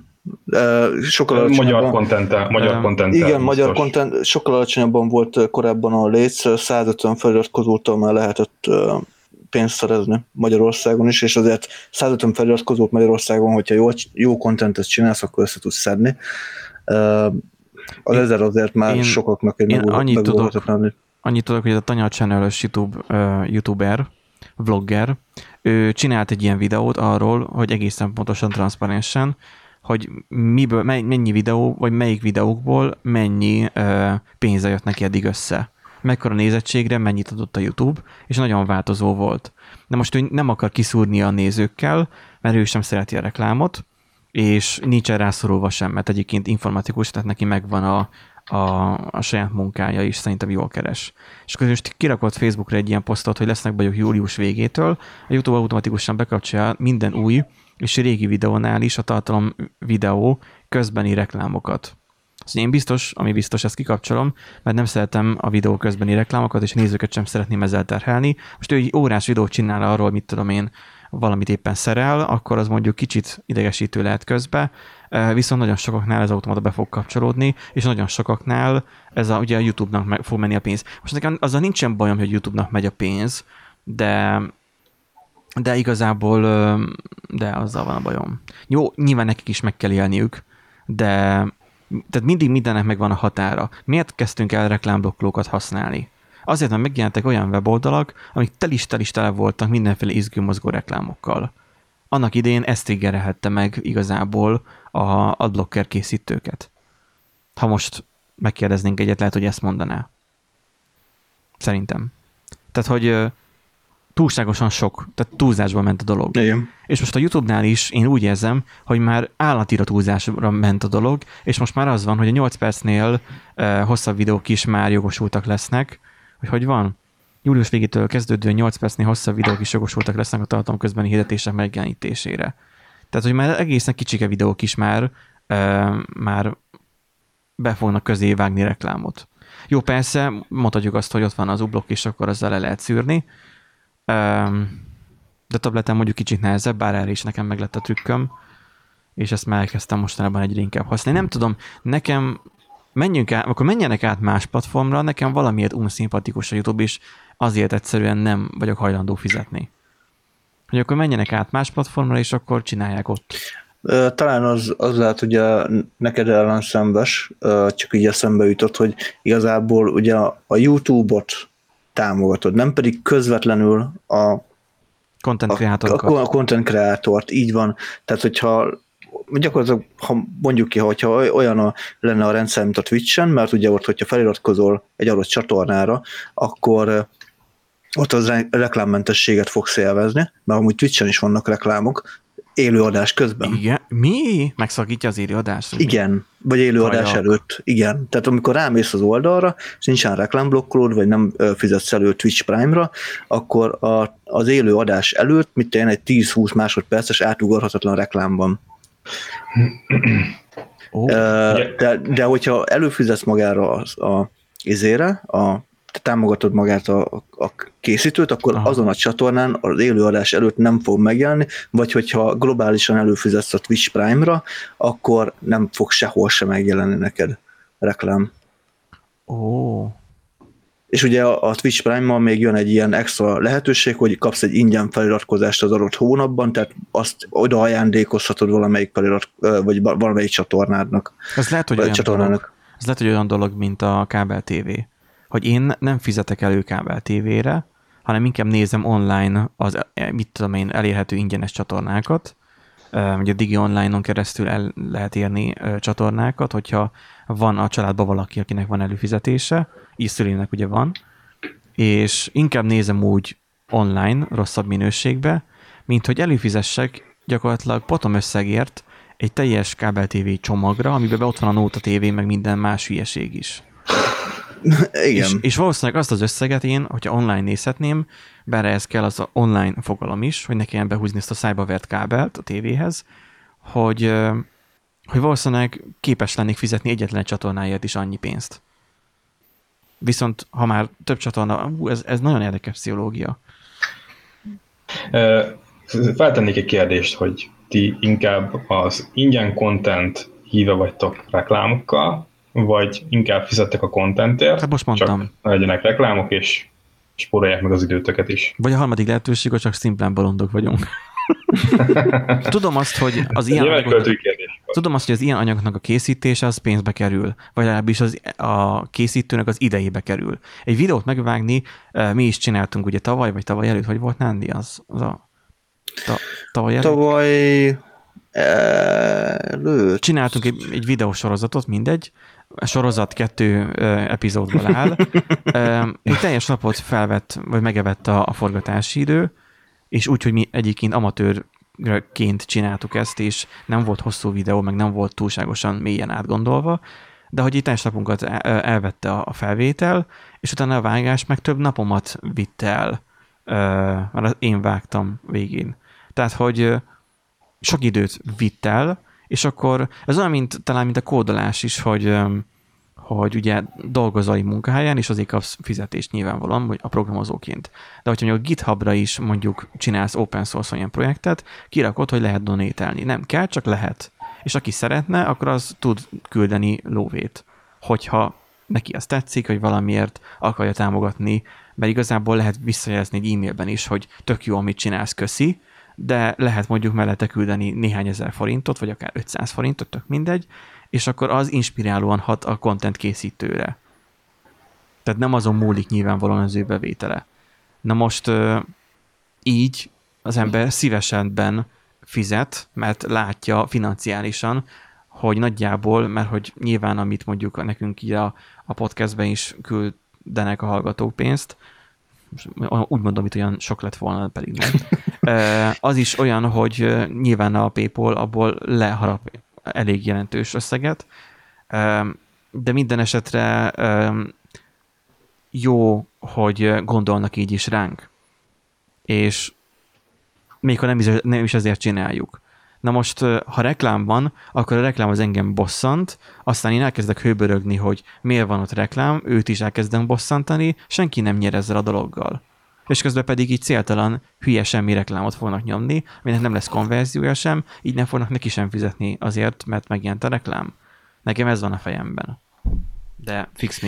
Sokkal alacsonyabban... Magyar content magyar um, content Igen, biztos. Magyar content sokkal alacsonyabban volt korábban a létsz, százötven feliratkozótól már lehetett pénzt szerezni Magyarországon is, és azért százötven feliratkozót Magyarországon, hogyha jó, jó contentet csinálsz, akkor össze tudsz szedni. Az én, ezer azért már én, sokaknak egy megolhatatlan. Annyit tudok, hogy a Tanya Channel-ös YouTube, uh, youtuber, vlogger, ő csinált egy ilyen videót arról, hogy egészen pontosan, transzparensen, hogy miből, mennyi videó, vagy melyik videókból mennyi uh, pénze jött neki eddig össze. Mekkora nézettségre, mennyit adott a YouTube, és nagyon változó volt. De most ő nem akar kiszúrni a nézőkkel, mert ő sem szereti a reklámot, és nincsen rászorulva sem, mert egyébként informatikus, tehát neki megvan a, a, a saját munkája is, szerintem jól keres. És akkor most kirakott Facebookra egy ilyen posztot, hogy lesznek bajok július végétől, a YouTube automatikusan bekapcsolja minden új és régi videónál is a tartalom videó közbeni reklámokat. Szóval én biztos, ami biztos, ezt kikapcsolom, mert nem szeretem a videó közbeni reklámokat, és a nézőket sem szeretném ezzel terhelni. Most ő egy órás videót csinál arról, mit tudom én, valamit éppen szerel, akkor az mondjuk kicsit idegesítő lehet közbe, viszont nagyon sokaknál ez automata be fog kapcsolódni, és nagyon sokaknál ez a, ugye a YouTube-nak meg fog menni a pénz. Most nekem azzal nincsen bajom, hogy YouTube-nak megy a pénz, de, de igazából de azzal van a bajom. Jó, nyilván nekik is meg kell élniük, de tehát mindig mindennek megvan a határa. Miért kezdtünk el reklámblokkolókat használni? Azért, mert megjelentek olyan weboldalak, amik telis-telis tele voltak mindenféle izgő-mozgó reklámokkal. Annak idején ezt triggerelhette meg igazából a adblocker készítőket. Ha most megkérdeznénk egyet, lehet, hogy ezt mondaná. Szerintem. Tehát, hogy túlságosan sok, tehát túlzásba ment a dolog. Igen. És most a YouTube-nál is én úgy érzem, hogy már állatira túlzásra ment a dolog, és most már az van, hogy a nyolc percnél uh, hosszabb videók is már jogosultak lesznek, hogy hogy van? Július végétől kezdődően nyolc percnél hosszabb videók is jogosultak lesznek a tartalom közbeni hirdetések megjelenítésére. Tehát, hogy már egészen kicsike videók is már, uh, már be fognak közé vágni reklámot. Jó, persze, mondhatjuk azt, hogy ott van az ublok, és akkor azzal le lehet szűrni, de tableten mondjuk kicsit nehezebb, bár erre is nekem meg lett a trükköm, és ezt már elkezdtem mostanában egyre inkább használni. Nem tudom, nekem menjünk át, akkor menjenek át más platformra, nekem valamiért unszimpatikus a YouTube, és azért egyszerűen nem vagyok hajlandó fizetni. Hogy akkor menjenek át más platformra, és akkor csinálják ott. Talán az, az lehet, hogy neked ellenszembes, csak így eszembe jutott, hogy igazából ugye a YouTube-ot támogatod, nem pedig közvetlenül a content kreátorokat. A, a content kreátort, így van. Tehát, hogyha gyakorlatilag, ha mondjuk ki, hogyha olyan a, lenne a rendszer, mint a Twitch-en, mert ugye ott, hogyha feliratkozol egy adott csatornára, akkor ott az reklámmentességet fogsz élvezni, mert amúgy Twitch-en is vannak reklámok, élőadás közben. Igen? Mi? Megszakítja az élőadást? Igen, vagy élőadás előtt. Igen. Tehát amikor rámész az oldalra, és nincsen reklámblokkolód, vagy nem fizetsz elő Twitch Prime-ra, akkor a, az élőadás előtt, mit tenni, egy tíz-húsz másodperces átugorhatatlan reklám van. Oh. De, de hogyha előfizetsz magára az, a izére, a te támogatod magát a, a készítőt, akkor aha, azon a csatornán az élőadás előtt nem fog megjelenni, vagy hogyha globálisan előfizetsz a Twitch Prime-ra, akkor nem fog sehol sem megjelenni neked reklám. Ó. Oh. És ugye a, a Twitch Prime-mal még jön egy ilyen extra lehetőség, hogy kapsz egy ingyen feliratkozást az adott hónapban, tehát azt oda ajándékozhatod valamelyik felirat, vagy valamelyik csatornádnak. Ez lehet, hogy olyan dolog, ez lehet, hogy olyan dolog, mint a kábel té vé. Hogy én nem fizetek elő kábel té vére, hanem inkább nézem online az, mit tudom én, elérhető ingyenes csatornákat. Ugye a Digi Online-on keresztül el lehet érni csatornákat, hogyha van a családban valaki, akinek van előfizetése, így szülének ugye van, és inkább nézem úgy online, rosszabb minőségbe, mint hogy előfizessek gyakorlatilag potom összegért egy teljes kábel té vé csomagra, amiben be ott van a Nóta té vé, meg minden más hülyeség is. Igen. És, és valószínűleg azt az összeget én, hogyha online nézhetném, bár ez kell az online fogalom is, hogy ne kelljen behúzni ezt a szájba vert kábelt a tévéhez, hogy, hogy valószínűleg képes lennék fizetni egyetlen egy csatornáért is annyi pénzt. Viszont ha már több csatorna, ú, ez, ez nagyon érdekes pszichológia. Feltennék egy kérdést, hogy ti inkább az ingyen content híve vagytok reklámokkal, vagy inkább fizettek a contentért, hát most mondtam. csak legyenek reklámok, és spórolják meg az időtöket is. Vagy a harmadik lehetőség, hogy csak szimplán bolondok vagyunk. Tudom azt, hogy az ilyen anyagoknak, tudom azt, hogy az ilyen anyagoknak a készítése az pénzbe kerül, vagy legalábbis az, a készítőnek az idejébe kerül. Egy videót megvágni, mi is csináltunk ugye tavaly, vagy tavaly előtt, hogy volt Nándi, az, az a ta, tavaly előtt? Tavaly előtt. Csináltunk egy, egy videósorozatot, mindegy, a sorozat kettő epizódból áll. Egy teljes napot felvett, vagy megevett a, a forgatási idő, és úgy, hogy mi egyébként amatőrként csináltuk ezt, és nem volt hosszú videó, meg nem volt túlságosan mélyen átgondolva, de hogy itt teljes napunkat elvette a felvétel, és utána a vágás meg több napomat vitt el, mert én vágtam végén. Tehát, hogy sok időt vitt el, és akkor ez olyan, mint, talán mint a kódolás is, hogy, hogy ugye dolgozol egy munkahelyen, és azért kapsz fizetést nyilvánvalóan, vagy a programozóként. De hogyha mondjuk a GitHubra is mondjuk csinálsz open source olyan projektet, kirakod, hogy lehet donételni. Nem kell, csak lehet. És aki szeretne, akkor az tud küldeni lóvét. Hogyha neki az tetszik, hogy valamiért akarja támogatni, mert igazából lehet visszajelzni egy e-mailben is, hogy tök jó, amit csinálsz, köszi, de lehet mondjuk mellette küldeni néhány ezer forintot, vagy akár ötszáz forintot, tök mindegy, és akkor az inspirálóan hat a content készítőre. Tehát nem azon múlik nyilvánvalóan az ő bevétele. Na most így az ember szívesebben fizet, mert látja financiálisan, hogy nagyjából, mert hogy nyilván amit mondjuk nekünk így a, a podcastben is küldenek a hallgatók pénzt, úgy mondom, hogy olyan sok lett volna, pedig nem. Az is olyan, hogy nyilván a PayPal abból leharap elég jelentős összeget, de minden esetre jó, hogy gondolnak így is ránk. És még ha nem is, nem is ezért csináljuk. Na most, ha reklám van, akkor a reklám az engem bosszant, aztán én elkezdek hőbörögni, hogy miért van ott reklám, őt is elkezdem bosszantani, senki nem nyer ezzel a dologgal. És közben pedig így céltalan, hülye semmi reklámot fognak nyomni, aminek nem lesz konverziója sem, így nem fognak neki sem fizetni azért, mert megjelent a reklám. Nekem ez van a fejemben. De fix me.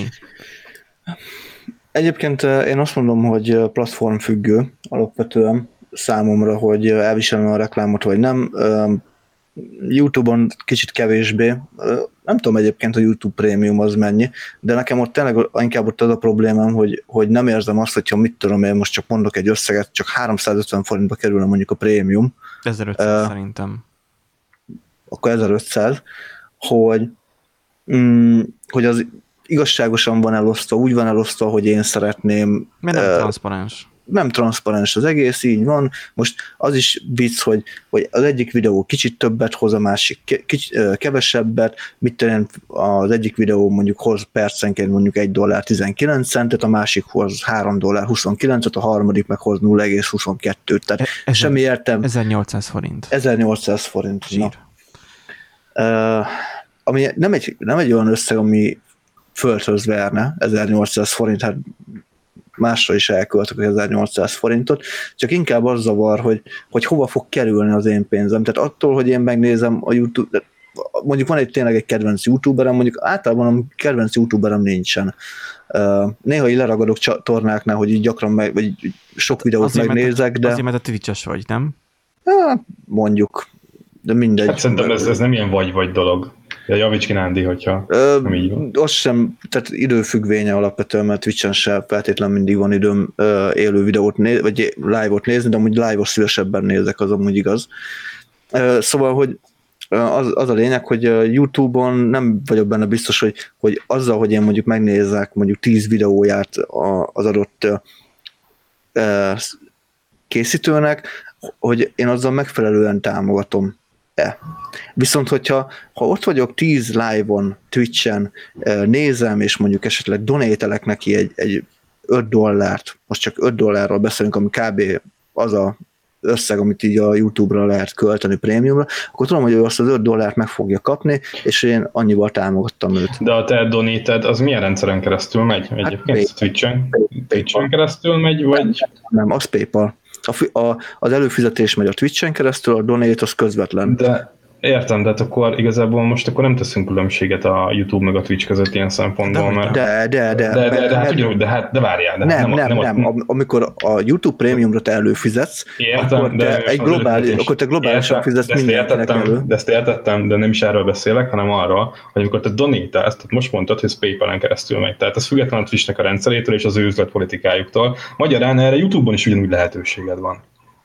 Egyébként én azt mondom, hogy platformfüggő alapvetően számomra, hogy elviselem a reklámot, vagy nem. YouTube-on kicsit kevésbé. Nem tudom egyébként, hogy YouTube Premium az mennyi, de nekem ott tényleg inkább ott az a problémám, hogy, hogy nem érzem azt, hogyha mit tudom én, most csak mondok egy összeget, csak háromszázötven forintba kerülne mondjuk a Premium. ezerötszáz uh, szerintem. Akkor ezerötszáz, hogy, mm, hogy az igazságosan van elosztva, úgy van elosztva, hogy én szeretném. Mert nem uh, transzparens. Nem transzparens az egész, így van. Most az is vicc, hogy, hogy az egyik videó kicsit többet hoz, a másik kicsit, kevesebbet, mit tudom, az egyik videó mondjuk hoz percenként mondjuk egy dollár tizenkilenc centet, a másik hoz három dollár huszonkilencet, a harmadik meg hoz nulla egész huszonkettő. Tehát Ezer, semmi értem. ezernyolcszáz forint. ezernyolcszáz forint. Zsír. Uh, ami nem egy, nem egy olyan összeg, ami földhöz verne, ezernyolcszáz forint, hát másra is elköltök az ezernyolcszáz forintot, csak inkább az zavar, hogy, hogy hova fog kerülni az én pénzem. Tehát attól, hogy én megnézem a YouTube, mondjuk van egy tényleg egy kedvenc youtuberem, mondjuk általában a kedvenc youtuberem nincsen. Néha így leragadok csatornáknál, hogy így gyakran meg, vagy sok videót azért megnézek, de... Azért, mert a Twitch-es vagy, nem? Hát, mondjuk, de mindegy. Hát szerintem ez, ez nem ilyen vagy-vagy dolog. Ja, javíts ki, Nándi, hogyha Ö, nem így van. Az sem, tehát időfüggvénye alapvetően, mert Twitch-en sem feltétlenül mindig van időm ö, élő videót nézni, vagy live-ot nézni, de amúgy live-ot szívesebben nézek, az amúgy igaz. Ö, szóval, hogy az, az a lényeg, hogy YouTube-on nem vagyok benne biztos, hogy, hogy azzal, hogy én mondjuk megnézzek mondjuk tíz videóját az adott ö, készítőnek, hogy én azzal megfelelően támogatom. E. Viszont, hogyha ha ott vagyok tíz live-on, Twitch-en, nézem, és mondjuk esetleg donételek neki egy, egy öt dollárt, most csak öt dollárról beszélünk, ami kb. Az a összeg, amit így a YouTube-ra lehet költeni prémiumra, akkor tudom, hogy ő azt az öt dollárt meg fogja kapni, és én annyival támogattam őt. De a te donéted, az milyen rendszeren keresztül megy egyébként? Hát Twitch-en? Twitch-en keresztül megy, vagy? Nem, nem az PayPal. A, a, az előfizetés megy a Twitch-en keresztül, a donate az közvetlen. De, Értem, de hát akkor igazából most akkor nem teszünk különbséget a YouTube meg a Twitch között ilyen szempontból, De, mert... De, de, de. De, de, de, de, hát, mert, ugyanúgy, de, hát, de várjál. De nem, nem, nem, nem, nem. Am- amikor a YouTube Premiumra te előfizetsz, értem, akkor de te, egy globális, akkor te globálisan értem, fizetsz de ezt mindenkinek értettem, elő. De ezt értettem, de nem is erről beszélek, hanem arról, hogy amikor te donítálsz, tehát most mondtad, hogy ez PayPal-en keresztül megy, tehát ez független a Twitch-nek a rendszerétől és az ő üzletpolitikájuktól. Magyarán erre YouTube-on is ugyanúgy lehetőséged van.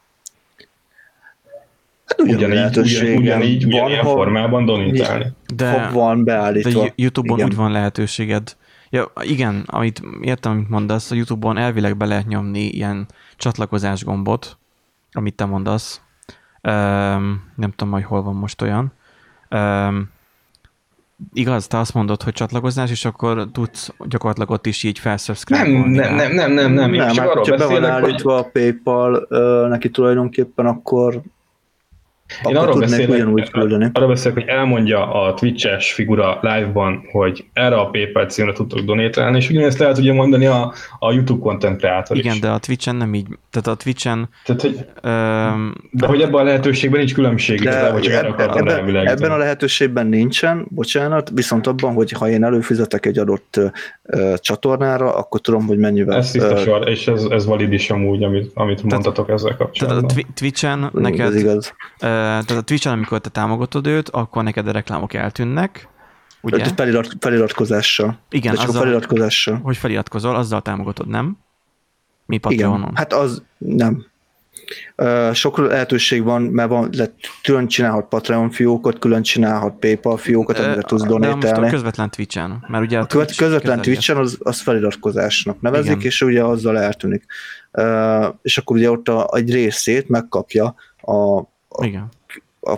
Hát ugyanígy, ugyanígy, ugyanígy van, ugyanilyen ha, formában donítálni. De, ha van beállítva. de YouTube-on igen. úgy van lehetőséged. Ja, igen, amit értem, amit mondasz, a YouTube-on elvileg be lehet nyomni ilyen csatlakozás gombot, amit te mondasz. Um, nem tudom, hogy hol van most olyan. Um, igaz, te azt mondod, hogy csatlakozás, és akkor tudsz gyakorlatilag ott is így felszubscribe-olni. Nem, nem, nem, nem, nem, nem, én Nem, csak hát, arról ha be van beszélek, állítva hogy... a PayPal uh, neki tulajdonképpen, akkor Én akkor arról tudnék ugyanúgy beszélek, küldeni. arról beszélek, hogy elmondja a Twitch-es figura live-ban, hogy erre a PayPal címre tudtok donate-elni, és ugyanezt lehet ugye mondani a, a YouTube content creator is. Igen, de a Twitch-en nem így. Tehát a Twitch-en... Tehát, hogy, Um, de hogy ebben a lehetőségben nincs különbség, De hogy csak erre akartam ebben, rávilágítani. ebben a lehetőségben nincsen, bocsánat, viszont abban, hogy ha én előfizetek egy adott uh, csatornára, akkor tudom, hogy mennyivel... Ez tiszta sor, és ez, ez valid is amúgy, amit, amit mondtatok ezzel Tehát kapcsolatban. a Twi- Twitch-en uh, neked... Ez igaz. Uh, tehát a Twitch-en, amikor te támogatod őt, akkor neked a reklámok eltűnnek, ugye? Felirat, feliratkozással. Igen, De csak azzal, a feliratkozással. hogy feliratkozol, azzal támogatod, nem? Mi Igen, Patreonon. hát az nem. Uh, sok lehetőség van, mert van, le, külön csinálhat Patreon fiókot, külön csinálhat PayPal fiókot, amire tudsz De most a donate-elni. közvetlen Twitch-en, mert ugye a, A követ, Twitch közvetlen kezeli Twitch-en az, az feliratkozásnak nevezik, Igen. és ugye azzal eltűnik. Uh, és akkor ugye ott a, egy részét megkapja a, a, ezt. Igen. a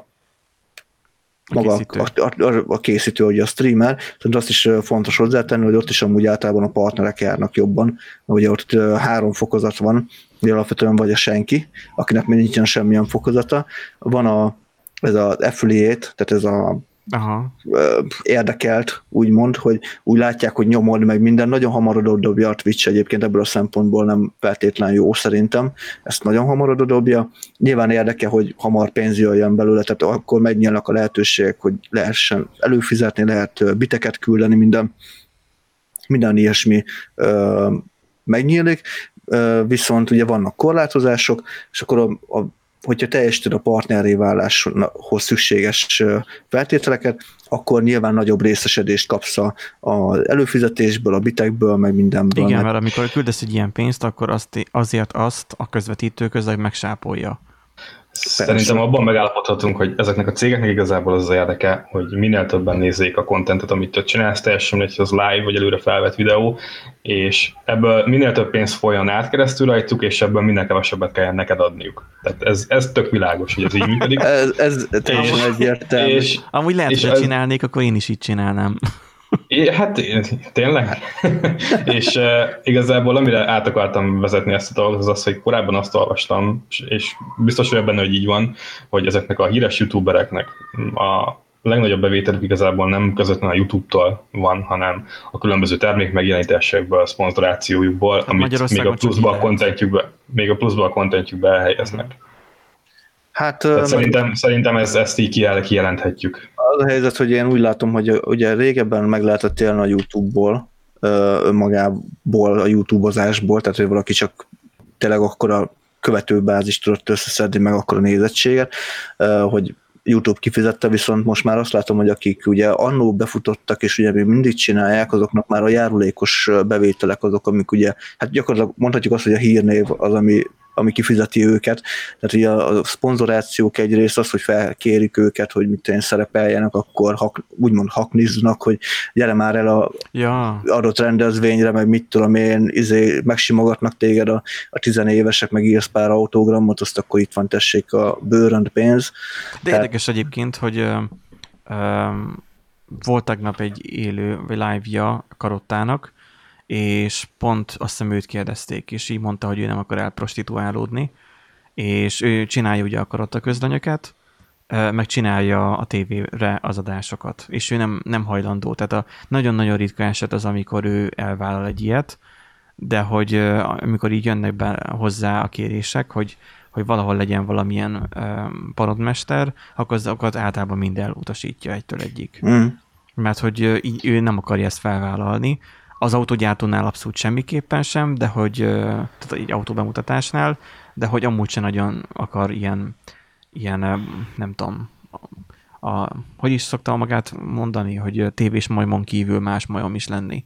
A maga készítő. a, a, a készítő, ugye a streamer, tehát azt is fontos hozzátenni, hogy ott is amúgy általában a partnerek járnak jobban, ugye ott három fokozat van, ugye alapvetően vagy a senki, akinek még nincsen semmilyen fokozata, van a, ez az affiliate, tehát ez a Aha. érdekelt, úgymond, hogy úgy látják, hogy nyomod meg minden, nagyon hamar odadobja a Twitch egyébként, ebből a szempontból nem feltétlenül jó szerintem, ezt nagyon hamar odadobja. Nyilván érdeke, hogy hamar pénz jöjjön belőle, tehát akkor megnyílnak a lehetőségek, hogy lehessen előfizetni, lehet biteket küldeni, minden, minden ilyesmi ö, megnyílik, ö, viszont ugye vannak korlátozások, és akkor a, a hogyha teljesíted a partnerré váláshoz szükséges feltételeket, akkor nyilván nagyobb részesedést kapsz az előfizetésből, a bitekből, meg mindenből. Igen, meg... mert amikor küldesz egy ilyen pénzt, akkor azt, azért azt a közvetítő közleg megsápolja. Szerintem abban megállapodhatunk, hogy ezeknek a cégeknek igazából az az érdeke, hogy minél többen nézzék a kontentet, amit te csinálsz, teljesen mindegy, hogy az live vagy előre felvett videó, és ebből minél több pénz folyjon át keresztül rajtuk, és ebből minél kevesebbet kelljen neked adniuk. Tehát ez, ez tök világos, hogy ez így működik. ez, ez teljesen egyértelmű. És, Amúgy lehet, és hogy ez... csinálnék, akkor én is így csinálnám. É, hát tényleg? és uh, igazából amire át akartam vezetni ezt a dolgot, az az, hogy korábban azt olvastam, és, és biztos vagyok benne, hogy így van, hogy ezeknek a híres youtubereknek a legnagyobb bevételük igazából nem közvetlenül a YouTube-tól van, hanem a különböző termék megjelenítésekből, a szponzorációjukból, hát amit még a pluszba a kontentjükbe, még a pluszba a kontentjükbe elhelyeznek. Hát, szerintem, szerintem ezt, ezt így kijelenthetjük. Az a helyzet, hogy én úgy látom, hogy ugye régebben meg lehetett élni a YouTube-ból, önmagából, a YouTube-ozásból, tehát hogy valaki csak tényleg akkor a követőbázist tudott összeszedni, meg akkor a nézettséget, hogy YouTube kifizette, viszont most már azt látom, hogy akik ugye annó befutottak, és ugye még mindig csinálják, azoknak már a járulékos bevételek azok, amik ugye, hát gyakorlatilag mondhatjuk azt, hogy a hírnév az, ami ami kifizeti őket. Tehát ugye a szponzorációk egyrészt az, hogy felkérik őket, hogy mit én szerepeljenek, akkor hak, úgymond hakniznak, hogy gyere már el a ja. adott rendezvényre, meg mit tudom én, izé, megsimogatnak téged a, a tizenévesek, meg írsz pár autogramot, azt akkor itt van, tessék a bőrönd pénz. De Tehát... érdekes egyébként, hogy ö, ö, volt tegnap egy élő, vagy live-ja Karottának, és pont azt hiszem őt kérdezték, és így mondta, hogy ő nem akar elprostituálódni, és ő csinálja ugye a Karotta közlönyöket, meg csinálja a tévére az adásokat, és ő nem, nem hajlandó. Tehát a nagyon-nagyon ritka eset az, amikor ő elvállal egy ilyet, de hogy amikor így jönnek be hozzá a kérések, hogy, hogy valahol legyen valamilyen um, parodmester, akkor azokat általában mind elutasítja egytől egyik. Mm. Mert hogy ő, ő nem akarja ezt felvállalni. Az autógyártónál abszolút semmiképpen sem, de hogy tehát így autóbemutatásnál, de hogy amúgy sem nagyon akar ilyen, ilyen nem tudom, a, a, hogy is szokta magát mondani, hogy tévés majmon kívül más majom is lenni.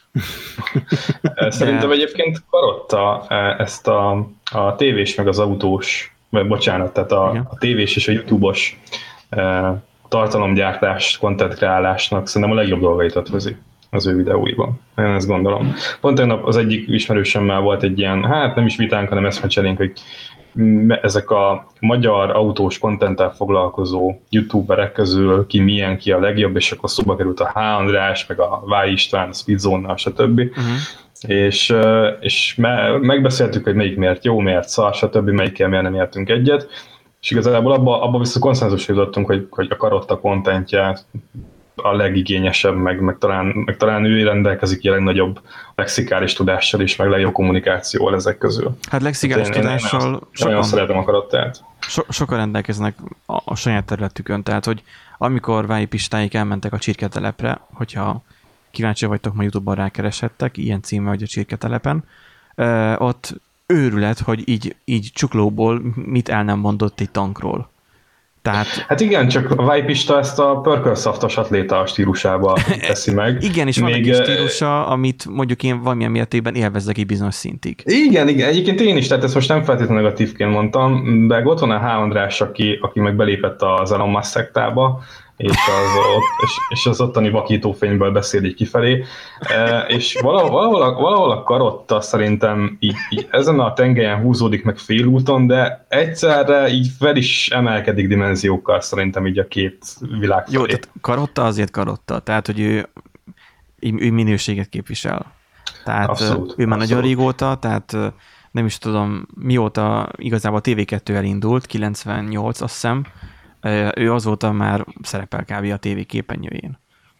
Szerintem de... egyébként Karotta ezt a, a tévés meg az autós, vagy bocsánat, tehát a, a tévés és a YouTube-os e, tartalomgyártás, content kreálásnak szerintem a legjobb dolgait ötvözi az ő videóiban. Én ezt gondolom. Pont tegnap az egyik ismerősömmel volt egy ilyen, hát nem is vitánk, hanem eszmecserénk, hogy ezek a magyar autós contenttel foglalkozó youtuberek közül ki milyen, ki a legjobb, és akkor szóba került a H. András, meg a Y. István, a Speedzone-nal, stb. Uh-huh. És, és me- megbeszéltük, hogy melyik miért jó, miért szar, stb. Melyikkel miért nem értünk egyet, és igazából abban abba viszont konszenzusra jutottunk, hogy, hogy a Karotta contentje a legigényesebb, meg, meg, talán, meg talán ő rendelkezik a legnagyobb lexikális tudással is, meg legjobb kommunikációval ezek közül. Hát lexikális hát én, tudással én, én sokan, nagyon szeretem a Karottát. So, sokan rendelkeznek a, a saját területükön, tehát hogy amikor Vályi Pistáik elmentek a Csirketelepre, hogyha kíváncsi vagytok, ma YouTube-ban rákereshettek, ilyen címe, hogy a Csirketelepen, ö, ott őrület, hogy így, így csuklóból mit el nem mondott egy tankról. Tehát... Hát igen, csak a Vajpista ezt a pörkölszaftos atléta stílusába teszi meg. Igen, és még... van egy stílusa, amit mondjuk én valamilyen mértékben élvezzek egy bizonyos szintig. Igen, igen, egyébként én is, tehát ezt most nem feltétlenül negatívként mondtam, de ott van a H. András, aki, aki meg belépett az Elon Musk szektába, és az, ott, és, és az ottani vakítófényből beszél így kifelé, e, és valahol, valahol, a, valahol a Karotta szerintem így, így ezen a tengelyen húzódik meg félúton, de egyszerre így fel is emelkedik dimenziókkal szerintem így a két világ felé. Jó, tehát Karotta azért Karotta, tehát hogy ő, ő minőséget képvisel. Tehát abszolút, ő már abszolút. Nagyon régóta, tehát nem is tudom mióta igazából a té vé kettő elindult, kilencvennyolc azt hiszem, ő azóta már szerepel kb. A té vé képernyőjén.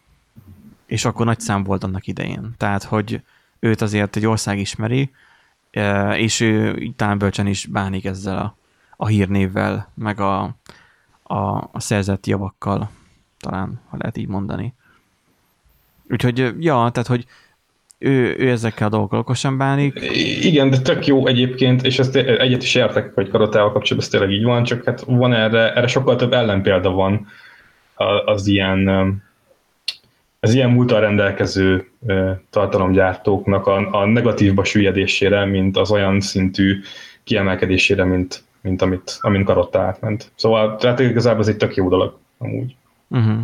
És akkor nagy szám volt annak idején. Tehát, hogy őt azért egy ország ismeri, és ő talán bölcsen is bánik ezzel a, a hírnévvel, meg a, a, a szerzett javakkal, talán, ha lehet így mondani. Úgyhogy, ja, tehát, hogy ő, ő ezekkel a dolgokkal okosan bánik. Igen, de tök jó egyébként, és ezt egyet is értek, hogy Karottával kapcsolatban ez tényleg így van, csak hát van erre, erre sokkal több ellenpélda van az ilyen, az ilyen múltal rendelkező tartalomgyártóknak a, a negatívba süllyedésére, mint az olyan szintű kiemelkedésére, mint, mint amit, amin Karotta átment. Szóval tehát igazából ez egy tök jó dolog amúgy. Uh-huh.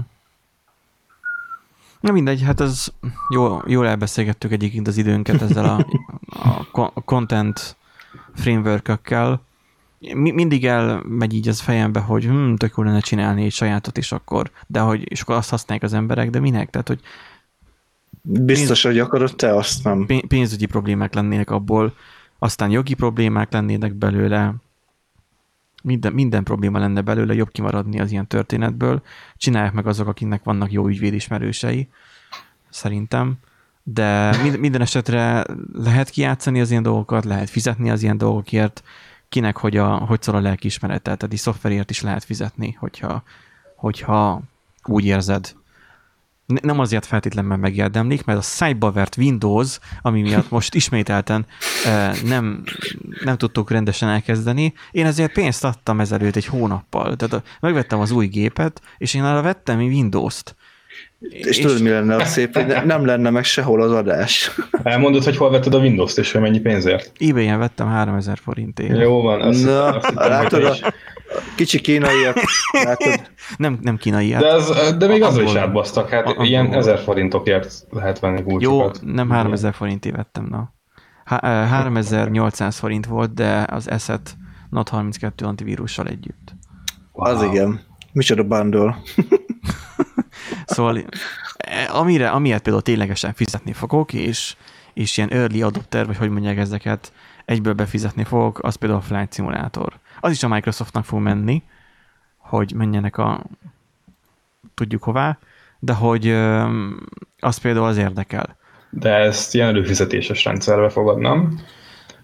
Na mindegy, hát ez jól, jól elbeszélgettük egyébként az időnket ezzel a, a content framework-ökkel. Mindig elmegy így az fejembe, hogy hm, tök jó lenne csinálni egy sajátot is akkor, de hogy, és akkor azt használják az emberek, de minek? Tehát, hogy biztos, pénz, hogy akarod te, azt nem. Pénzügyi problémák lennének abból, aztán jogi problémák lennének belőle, Minden, minden probléma lenne belőle, jobb kimaradni az ilyen történetből. Csinálják meg azok, akiknek vannak jó ügyvédismerősei, szerintem. De minden esetre lehet kijátszani az ilyen dolgokat, lehet fizetni az ilyen dolgokért, kinek hogy, a, hogy szól a lelkiismerete. Tehát egy szoftverért is lehet fizetni, hogyha, hogyha úgy érzed. Nem azért feltétlenül megérdemlik, mert a szájba vert Windows, ami miatt most ismételten nem, nem tudtuk rendesen elkezdeni, én ezért pénzt adtam ezelőtt egy hónappal. Tehát megvettem az új gépet, és én arra vettem egy Windows-t. És, és tudod, mi lenne a szép, hogy nem lenne meg sehol az adás. Elmondod, hogy hol vetted a Windows-t, és hogy mennyi pénzért? eBay-en vettem háromezer forintért. Jó van. Azt Na, azt hittem, látod, a kicsi kínaiak, látod? Nem, nem kínaiak. De, az, de még azzal is átbasztak, hát a, ilyen ezer forintokért lehet venni kulcsokat. Jó, nem háromezer forintért vettem, na. háromezer-nyolcszáz forint volt, de az Asset Note harminckettő antivírussal együtt. Wow. Az igen. Micsoda bundle. Szóval amire, amiért például ténylegesen fizetni fogok, és, és ilyen early adopter, vagy hogy mondják ezeket, egyből befizetni fogok, az például a Flight Simulator. Az is a Microsoftnak fog menni, hogy menjenek a tudjuk hová, de hogy az például az érdekel. De ezt ilyen előfizetéses rendszerbe fogod, nem?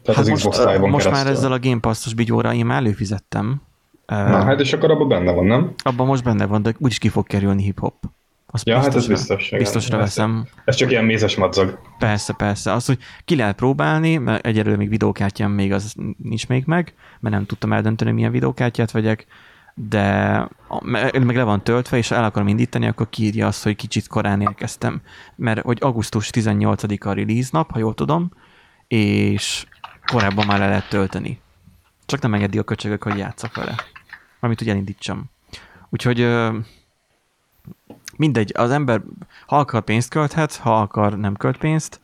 Tehát hát az Xbox most, Live-on most keresztül. már ezzel a Game Pass-os bigyóra én már előfizettem. Na, hát és akkor abban benne van, nem? Abban most benne van, de úgyis ki fog kerülni hip-hop. Azt ja, hát ez biztos. Biztosra igen. veszem. Ez, ez csak ilyen mézes madzag. Persze, persze. Az, hogy ki lehet próbálni, mert egyelőre még videókártyám még az nincs még meg, mert nem tudtam eldönteni, milyen videókártyát vegyek, de meg le van töltve, és ha el akarom indítani, akkor kiírja azt, hogy kicsit korán érkeztem. Mert hogy augusztus tizennyolcadika a release nap, ha jól tudom, és korábban már le lehet tölteni. Csak nem engedi a köcsögök, hogy játszak vele. Amit ugye elindítsam. Úgyhogy mindegy, az ember ha akar pénzt költhet, ha akar nem költ pénzt,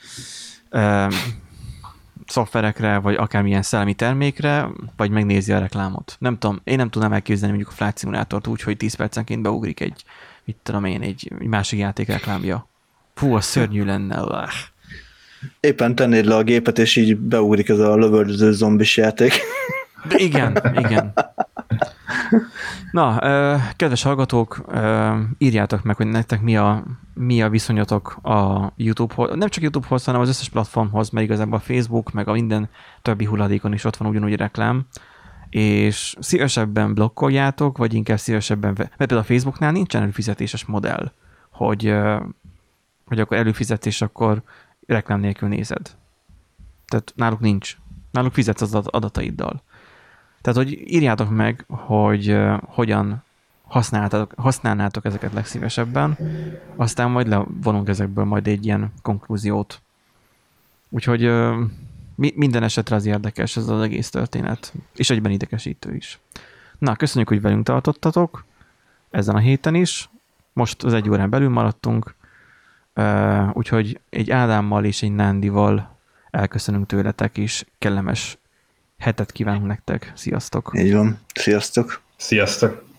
szoftverekre, vagy akármilyen szellemi termékre, vagy megnézi a reklámot. Nem tudom, én nem tudnám elképzelni mondjuk a Flight Simulátort úgy, hogy tíz percenként beugrik egy, mit tudom én, egy, egy másik játék reklámja. Fú, az szörnyű lenne. Éppen tennéd le a gépet, és így beugrik ez a lövöldöző zombis játék. De igen, igen. Na, kedves hallgatók, írjátok meg, hogy nektek mi a, mi a viszonyatok a YouTube-hoz, nem csak YouTube-hoz, hanem az összes platformhoz, mert igazából a Facebook, meg a minden többi hulladékon is ott van ugyanúgy reklám, és szívesebben blokkoljátok, vagy inkább szívesebben, mert például a Facebooknál nincsen előfizetéses modell, hogy, hogy akkor előfizetés, akkor reklám nélkül nézed. Tehát náluk nincs. Náluk fizetsz az adataiddal. Tehát, hogy írjátok meg, hogy uh, hogyan használnátok, használnátok ezeket legszívesebben, aztán majd levonunk ezekből majd egy ilyen konklúziót. Úgyhogy uh, mi, minden esetre az érdekes ez az egész történet, és egyben idegesítő is. Na, köszönjük, hogy velünk tartottatok ezen a héten is. Most az egy órán belül maradtunk, uh, úgyhogy egy Ádámmal és egy Nándival elköszönünk tőletek, és kellemes hetet kívánunk nektek. Sziasztok! Így van. Sziasztok! Sziasztok!